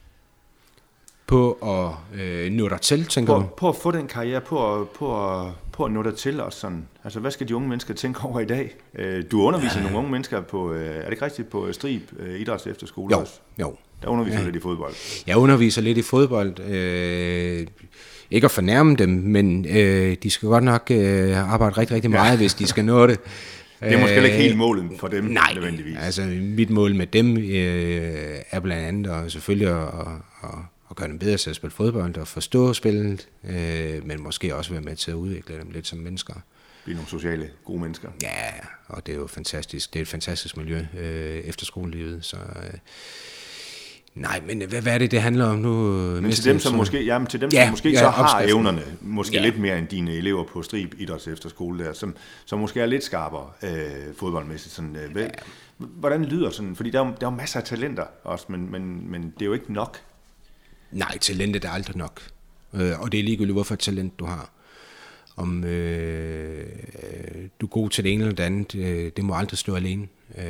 På at nå dig til, tænker du? På at få den karriere, på at nå dig til også sådan. Altså, hvad skal de unge mennesker tænke over i dag? Du underviser nogle unge mennesker på, er det ikke rigtigt, på Strib Idræts Efterskole også? Jo. Der underviser lidt i fodbold. Jeg underviser lidt i fodbold. Ikke at fornærme dem, men de skal godt nok arbejde rigtig, rigtig meget, hvis de skal nå det. Det er måske ikke helt målet for dem, nødvendigvis. Altså mit mål med dem er blandt andet og selvfølgelig at gøre dem bedre til at spille fodbold og forstå spillet, men måske også være med til at udvikle dem lidt som mennesker. Blive nogle sociale, gode mennesker. Ja, og det er jo fantastisk. Det er et fantastisk miljø efter skolelivet, så... Nej, men hvad er det handler om nu? Men til dem, som måske, som måske så har evnerne, måske lidt mere end dine elever på Strib Idræts Efterskole der, som måske er lidt skarpere fodboldmæssigt. Sådan, hvordan lyder sådan? Fordi der er masser af talenter også, men det er jo ikke nok. Nej, talentet er aldrig nok. Og det er ligegyldigt, hvorfor et talent du har. Om du er god til det ene eller det andet, det må aldrig stå alene.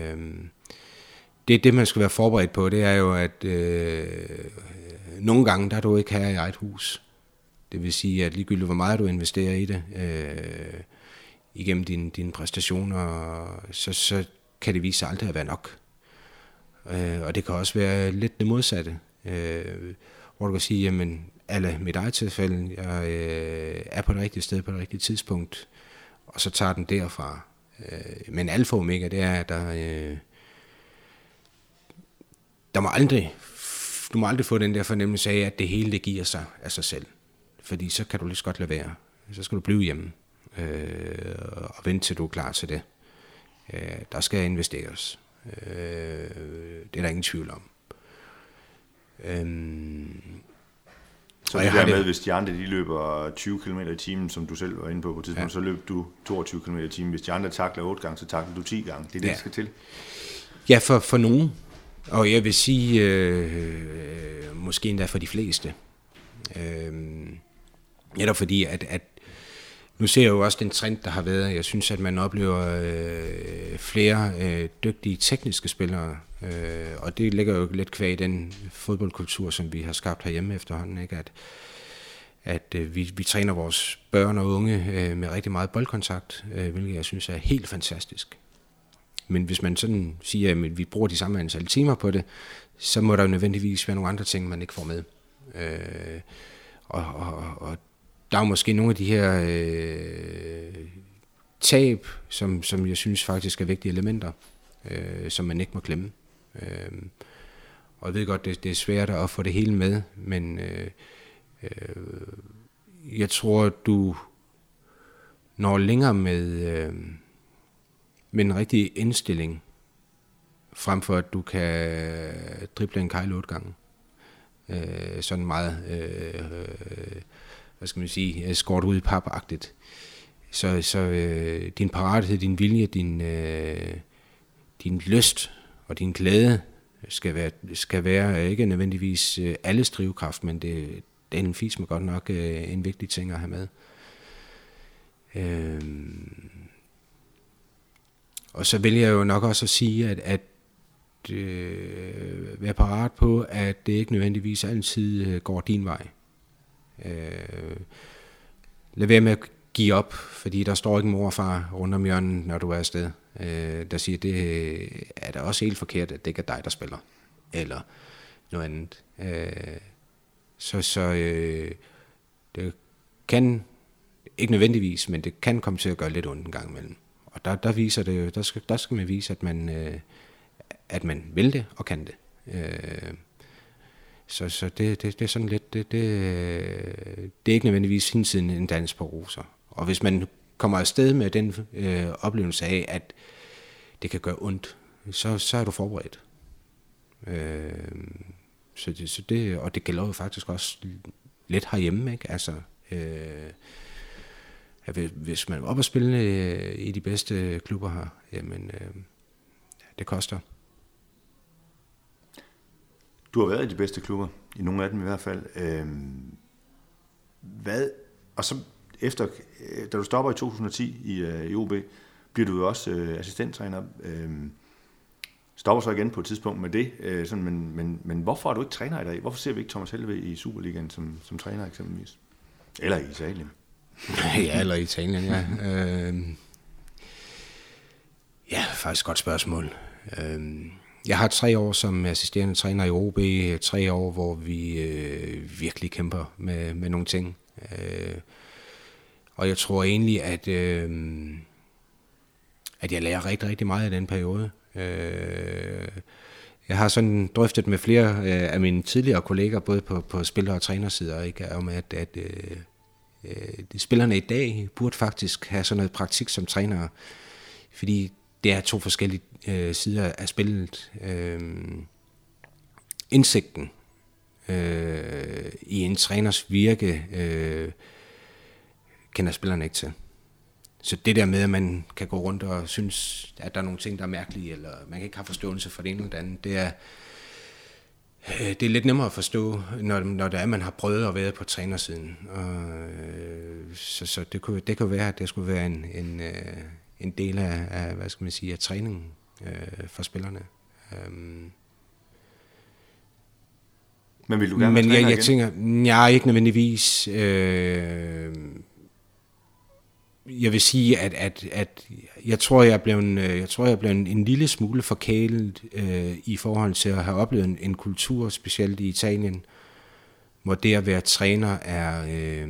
Det man skal være forberedt på, det er jo, at nogle gange, der er du ikke her i eget hus. Det vil sige, at ligegyldigt hvor meget du investerer i det, igennem dine præstationer, så kan det vise sig aldrig at være nok. Og det kan også være lidt det modsatte, hvor du kan sige, jamen, alle mit eget tilfælde, jeg er på det rigtige sted på det rigtige tidspunkt, og så tager den derfra. Men alfa og omega, det er, at du må aldrig få den der fornemmelse af, at det hele det giver sig af sig selv. Fordi så kan du lige så godt lade være. Så skal du blive hjemme og vente til du er klar til det. Der skal investeres. Det er der ingen tvivl om. Så det der med, hvis Stjerne de løber 20 km i timen, som du selv var inde på tidspunkt, så løber du 22 km i timen. Hvis Stjerne takler 8 gange, så takler du 10 gange. Det er det, der skal til. Ja, for nogen. Og jeg vil sige, måske endda for de fleste. Netop fordi, at nu ser jeg jo også den trend, der har været. Jeg synes, at man oplever flere dygtige tekniske spillere, og det ligger jo lidt kvæg i den fodboldkultur, som vi har skabt herhjemme efterhånden, ikke? At vi træner vores børn og unge med rigtig meget boldkontakt, hvilket jeg synes er helt fantastisk. Men hvis man sådan siger, at vi bruger de samme antal timer på det, så må der jo nødvendigvis være nogle andre ting, man ikke får med. Og der er jo måske nogle af de her tab, som jeg synes faktisk er vigtige elementer, som man ikke må glemme. Og jeg ved godt, det er svært at få det hele med, men jeg tror, du når længere med en rigtig indstilling, frem for at du kan drible en kejl 8 gange. Sådan meget, hvad skal man sige, skåret ud i papagtigt. Så din parathed, din vilje, din lyst og din glæde skal være ikke nødvendigvis alles drivkraft, men det er en fis med godt nok en vigtig ting at have med. Og så vil jeg jo nok også at sige, at være parat på, at det ikke nødvendigvis altid går din vej. Lad være med at give op, fordi der står ikke en mor og far rundt om hjørnet, når du er afsted, der siger, det er da også helt forkert, at det ikke er dig, der spiller, eller noget andet. Så det kan, ikke nødvendigvis, men det kan komme til at gøre lidt ondt en gang imellem. Og der viser det jo, der skal man vise, at man vil det og kan det. Så det er sådan lidt, det er ikke nødvendigvis hele tiden en dans på roser. Og hvis man kommer afsted med den oplevelse af, at det kan gøre ondt, så er du forberedt. Så det, og det gælder jo faktisk også lidt herhjemme, ikke? Altså, hvis man er oppe og spille i de bedste klubber her, jamen, det koster. Du har været i de bedste klubber, i nogle af dem i hvert fald. Og så efter, da du stopper i 2010 i OB, bliver du jo også assistenttræner. Stopper så igen på et tidspunkt med det. Men hvorfor er du ikke træner i dag? Hvorfor ser vi ikke Thomas Helveg i Superligaen som træner eksempelvis? Eller i Italien? Ja, eller i Italien, ja. Ja, faktisk et godt spørgsmål. Jeg har 3 år som assisterende træner i OB, 3 år, hvor vi virkelig kæmper med nogle ting. Og jeg tror egentlig, at jeg lærer rigtig, rigtig meget i den periode. Jeg har sådan drøftet med flere af mine tidligere kolleger, både på spiller- og trænersider, ikke, om at spillerne i dag burde faktisk have sådan noget praktik som trænere, fordi det er 2 forskellige sider af spillet. Indsigten i en træners virke kender spillerne ikke til. Så det der med, at man kan gå rundt og synes, at der er nogle ting, der er mærkelige, eller man kan ikke have forståelse for det ene eller det andet, det er lidt nemmere at forstå, når det er, man har prøvet at være på trænersiden. Så det kunne være, at det skulle være en del af hvad skal man sige, af træningen for spillerne. Men vil du gerne være træner jeg igen? tænker, ikke nødvendigvis. Jeg vil sige, at jeg tror, jeg er blevet en lille smule forkælet i forhold til at have oplevet en kultur, specielt i Italien, hvor det at være træner er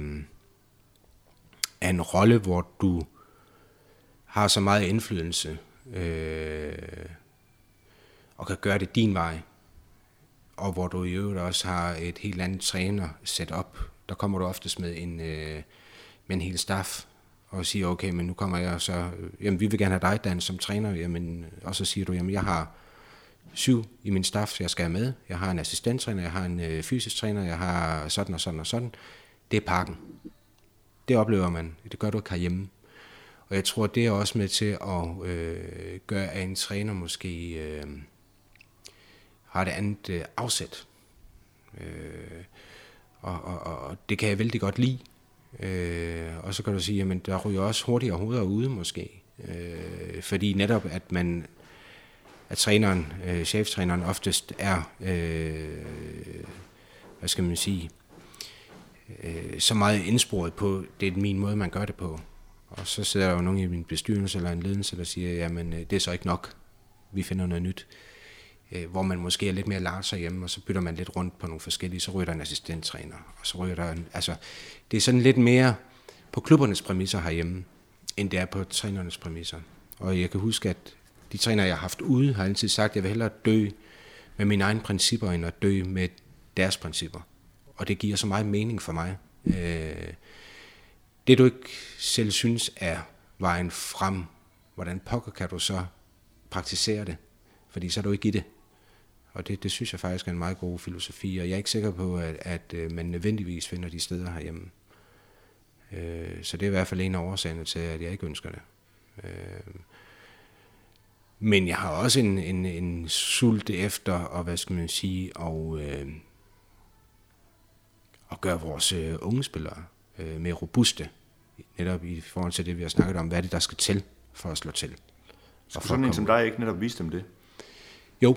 en rolle, hvor du har så meget indflydelse og kan gøre det din vej, og hvor du i øvrigt også har et helt andet træner set op. Der kommer du oftest med en hel staff og siger, okay, men nu kommer jeg så, jamen vi vil gerne have dig, Dan, som træner, jamen, og så siger du, jamen jeg har 7 i min staff, jeg skal have med. Jeg har en assistenttræner, jeg har en fysisk træner, jeg har sådan og sådan og sådan. Det er pakken. Det oplever man. Det gør du ikke herhjemme. Og jeg tror, det er også med til at gøre, at en træner måske har det andet afsæt. Og det kan jeg vældig godt lide. Og så kan du sige, jamen der ryger også hurtigere hoveder ude måske. Fordi netop at træneren, cheftræneren oftest er, hvad skal man sige, så meget indsporet på, det er min måde, man gør det på. Og så sidder der jo nogen i min bestyrelse eller en ledelse, der siger, jamen det er så ikke nok, vi finder noget nyt. Hvor man måske er lidt mere larger hjemme, og så bytter man lidt rundt på nogle forskellige, så ryger der en assistenttræner, og så ryger der det er sådan lidt mere på klubbernes præmisser herhjemme, end det er på trænernes præmisser. Og jeg kan huske, at de trænere, jeg har haft ude, har altid sagt, at jeg vil hellere dø med mine egne principper, end at dø med deres principper. Og det giver så meget mening for mig. Det du ikke selv synes er vejen frem, hvordan pokker kan du så praktisere det? Fordi så er du ikke i det. Og det synes jeg faktisk er en meget god filosofi, og jeg er ikke sikker på, at man nødvendigvis finder de steder herhjemme. Så det er i hvert fald en af årsagerne til, at jeg ikke ønsker det. Men jeg har også en sult efter, og hvad skal man sige, og gøre vores unge spillere mere robuste, netop i forhold til det, vi har snakket om. Hvad er det, der skal til for at slå til? Skulle sådan en som dig ikke netop vise dem det? Jo,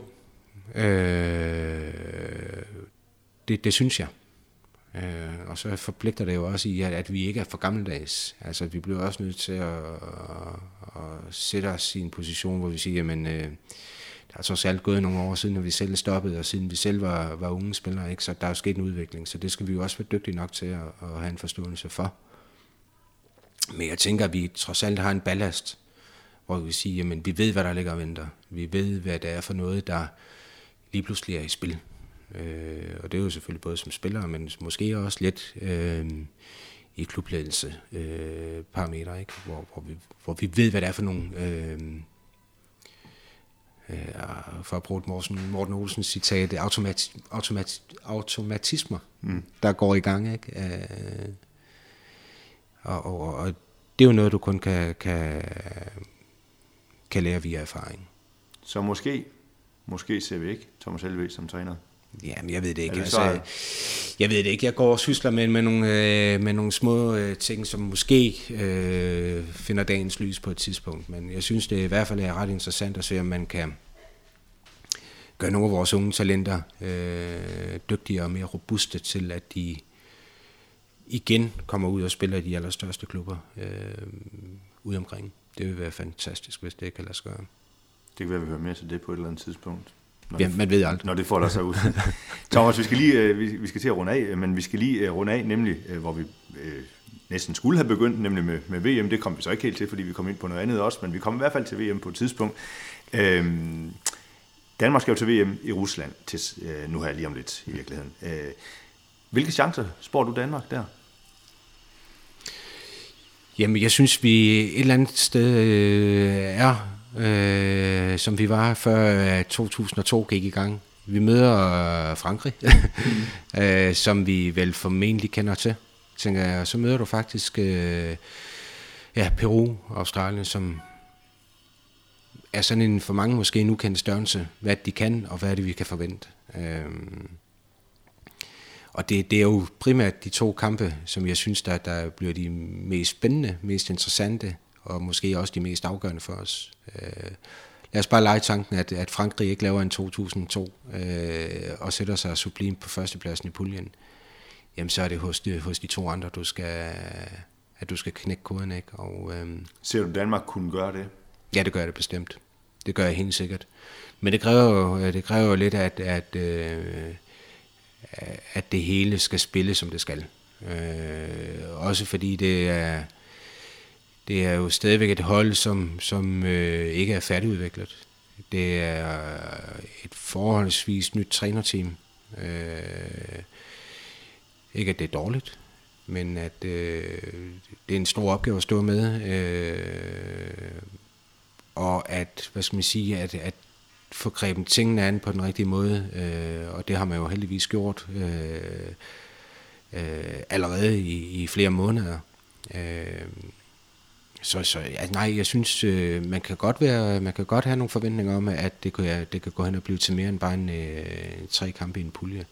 det synes jeg. Og så forpligter det jo også i, at vi ikke er for gammeldags. Altså, vi bliver også nødt til at sætte os i en position, hvor vi siger, jamen, der er så særligt gået nogle år siden, når vi selv stoppede, og siden vi selv var unge spillere, ikke? Så der er jo sket en udvikling, så det skal vi jo også være dygtige nok til at have en forståelse for. Men jeg tænker, at vi trods alt har en ballast, hvor vi siger, jamen, vi ved, hvad der ligger og venter. Vi ved, hvad det er for noget, der lige pludselig er i spil. Og det er jo selvfølgelig både som spillere, men måske også lidt i klubledelse parametre, ikke? Hvor vi ved, hvad det er for nogle, for at bruge Morten Olsens citat, automatismer, der går i gang, ikke? Og det er jo noget, du kun kan lære via erfaring. Så måske ser vi ikke Thomas Helveg som træner? Jamen, jeg ved det ikke. Jeg ved det ikke. Jeg går og sysler med nogle små ting, som måske finder dagens lys på et tidspunkt. Men jeg synes, det i hvert fald er ret interessant at se, om man kan gøre nogle af vores unge talenter dygtigere og mere robuste til, at de igen kommer ud og spiller i de allerstørste klubber ude omkring. Det vil være fantastisk, hvis det kan lade sig gøre. Det kan være, at vi hører mere til det på et eller andet tidspunkt. Man ved aldrig. Når det folder sig ud. Thomas, vi skal til at runde af, men vi skal lige runde af, nemlig hvor vi næsten skulle have begyndt, nemlig med VM. Det kom vi så ikke helt til, fordi vi kom ind på noget andet også, men vi kom i hvert fald til VM på et tidspunkt. Danmark skal jo til VM i Rusland til nu her lige om lidt i virkeligheden. Hvilke chancer spår du Danmark der? Jamen, jeg synes, vi et eller andet sted som vi var før 2002 gik i gang. Vi møder Frankrig, som vi vel formentlig kender til, tænker jeg. Så møder du faktisk Peru, Australien, som er sådan en for mange måske en ukendt størrelse, hvad de kan, og hvad er det, vi kan forvente. Og det er jo primært de to kampe, som jeg synes, der bliver de mest spændende, mest interessante, og måske også de mest afgørende for os. Lad os bare lege tanken, at Frankrig ikke laver en 2002 og sætter sig sublimt på førstepladsen i puljen. Jamen så er det hos de to andre, du skal knække koden, ikke? Og, ser du Danmark kunne gøre det? Ja, det gør det bestemt. Det gør jeg helt sikkert. Men det kræver jo lidt, at det hele skal spille, som det skal. Også fordi det er jo stadigvæk et hold, som ikke er færdigudviklet. Det er et forholdsvis nyt trænerteam. Ikke at det er dårligt, men at det er en stor opgave at stå med. Og at, hvad skal man sige, at få grebet tingene an på den rigtige måde. Og det har man jo heldigvis gjort allerede i flere måneder. Nej, jeg synes, man kan godt have nogle forventninger om, at det kan gå hen og blive til mere end bare en 3 kampe i en pulje.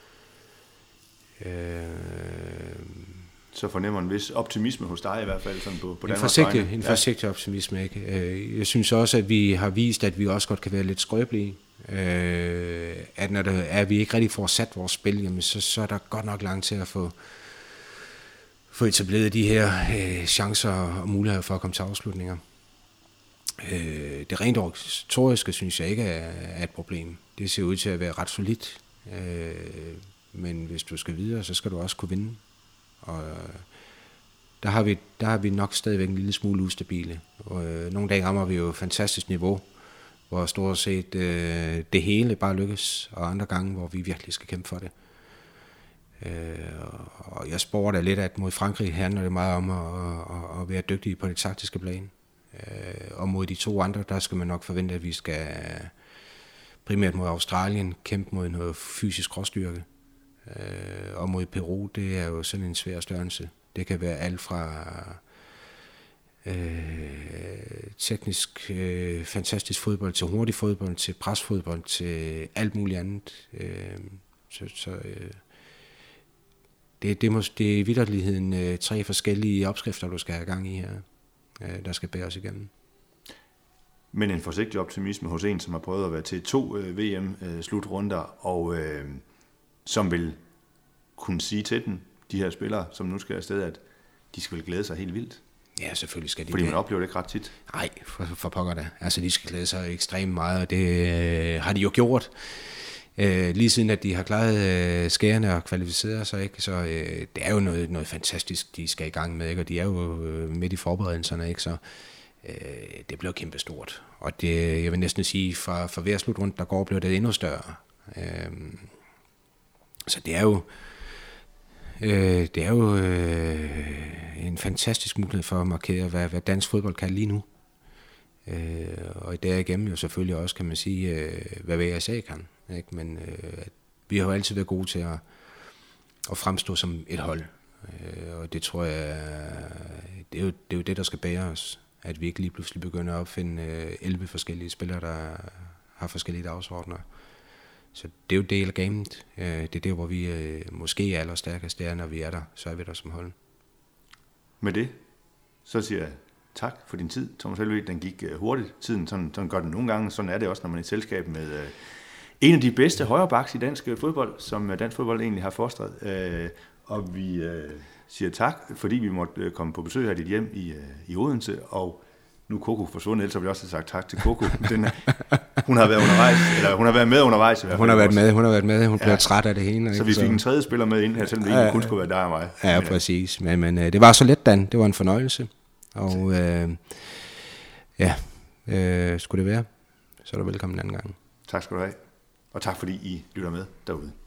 Så fornemmer en vis optimisme hos dig i hvert fald sådan på en forsigtig optimisme, ikke? Jeg synes også, at vi har vist, at vi også godt kan være lidt skrøbelige. At når vi ikke rigtig får sat vores spil, jamen så er der godt nok langt til at få etableret de her chancer og muligheder for at komme til afslutninger. Det rent organisatoriske synes jeg ikke er et problem. Det ser ud til at være ret solidt. Men hvis du skal videre, så skal du også kunne vinde. Og der har vi nok stadigvæk en lille smule ustabile. Og nogle dage rammer vi jo et fantastisk niveau, hvor stort set det hele bare lykkes, og andre gange, hvor vi virkelig skal kæmpe for det. Og jeg spår da lidt, at mod Frankrig handler det meget om at være dygtige på det taktiske plan. Og mod de 2 andre, der skal man nok forvente, at vi skal primært mod Australien kæmpe mod noget fysisk råstyrke. Og mod Peru, det er jo sådan en svær størrelse. Det kan være alt fra teknisk fantastisk fodbold til hurtig fodbold, til presfodbold, til alt muligt andet. Det er i vitterligheden 3 forskellige opskrifter, du skal have gang i her, der skal bære os igennem. Men en forsigtig optimisme hos en, som har prøvet at være til 2 VM-slutrunder, og som vil kunne sige til den, de her spillere, som nu skal afsted, at de skal vel glæde sig helt vildt. Ja, selvfølgelig skal de. Fordi man oplever det ikke ret tit. Nej, for pokker da. Altså, de skal glæde sig ekstremt meget, og det har de jo gjort. Lige siden, at de har klaret skærene og kvalificeret sig, ikke? Så det er jo noget fantastisk, de skal i gang med, ikke? Og de er jo midt i forberedelserne, ikke? Så det bliver kæmpestort. Og det, jeg vil næsten sige, for hver slutrunde, der går, bliver det endnu større. Så det er jo en fantastisk mulighed for at markere, hvad dansk fodbold kan lige nu. Og derigennem jo selvfølgelig også, kan man sige, hvad VSA kan. Ikke? Men vi har jo altid været gode til at fremstå som et hold. Og det tror jeg, det er jo det, der skal bære os. At vi ikke lige pludselig begynder at opfinde 11 forskellige spillere, der har forskellige dagsordner. Så det er jo del af gamet. Det er der, hvor vi måske er allerstærkest, det er, når vi er der, så er vi der som hold. Med det, så siger jeg tak for din tid, Thomas Helveg. Den gik hurtigt. Tiden, sådan gør den nogle gange. Sådan er det også, når man er i selskab med en af de bedste højrebacks i dansk fodbold, som dansk fodbold egentlig har fostret. Og vi siger tak, fordi vi måtte komme på besøg her i dit hjem i Odense, og nu er Coco forsvundet, ellers har vi også sagt tak til Coco. Hun har været undervejs, eller hun har været med undervejs i hvert fald. Hun har været med, hun blev træt af det hele. Så vi fik en tredje spiller med ind her, selvom det egentlig kun skulle være dig og mig. Ja, præcis. Men det var så let, Dan. Det var en fornøjelse. Og skulle det være, så er du velkommen en anden gang. Tak skal du have. Og tak fordi I lytter med derude.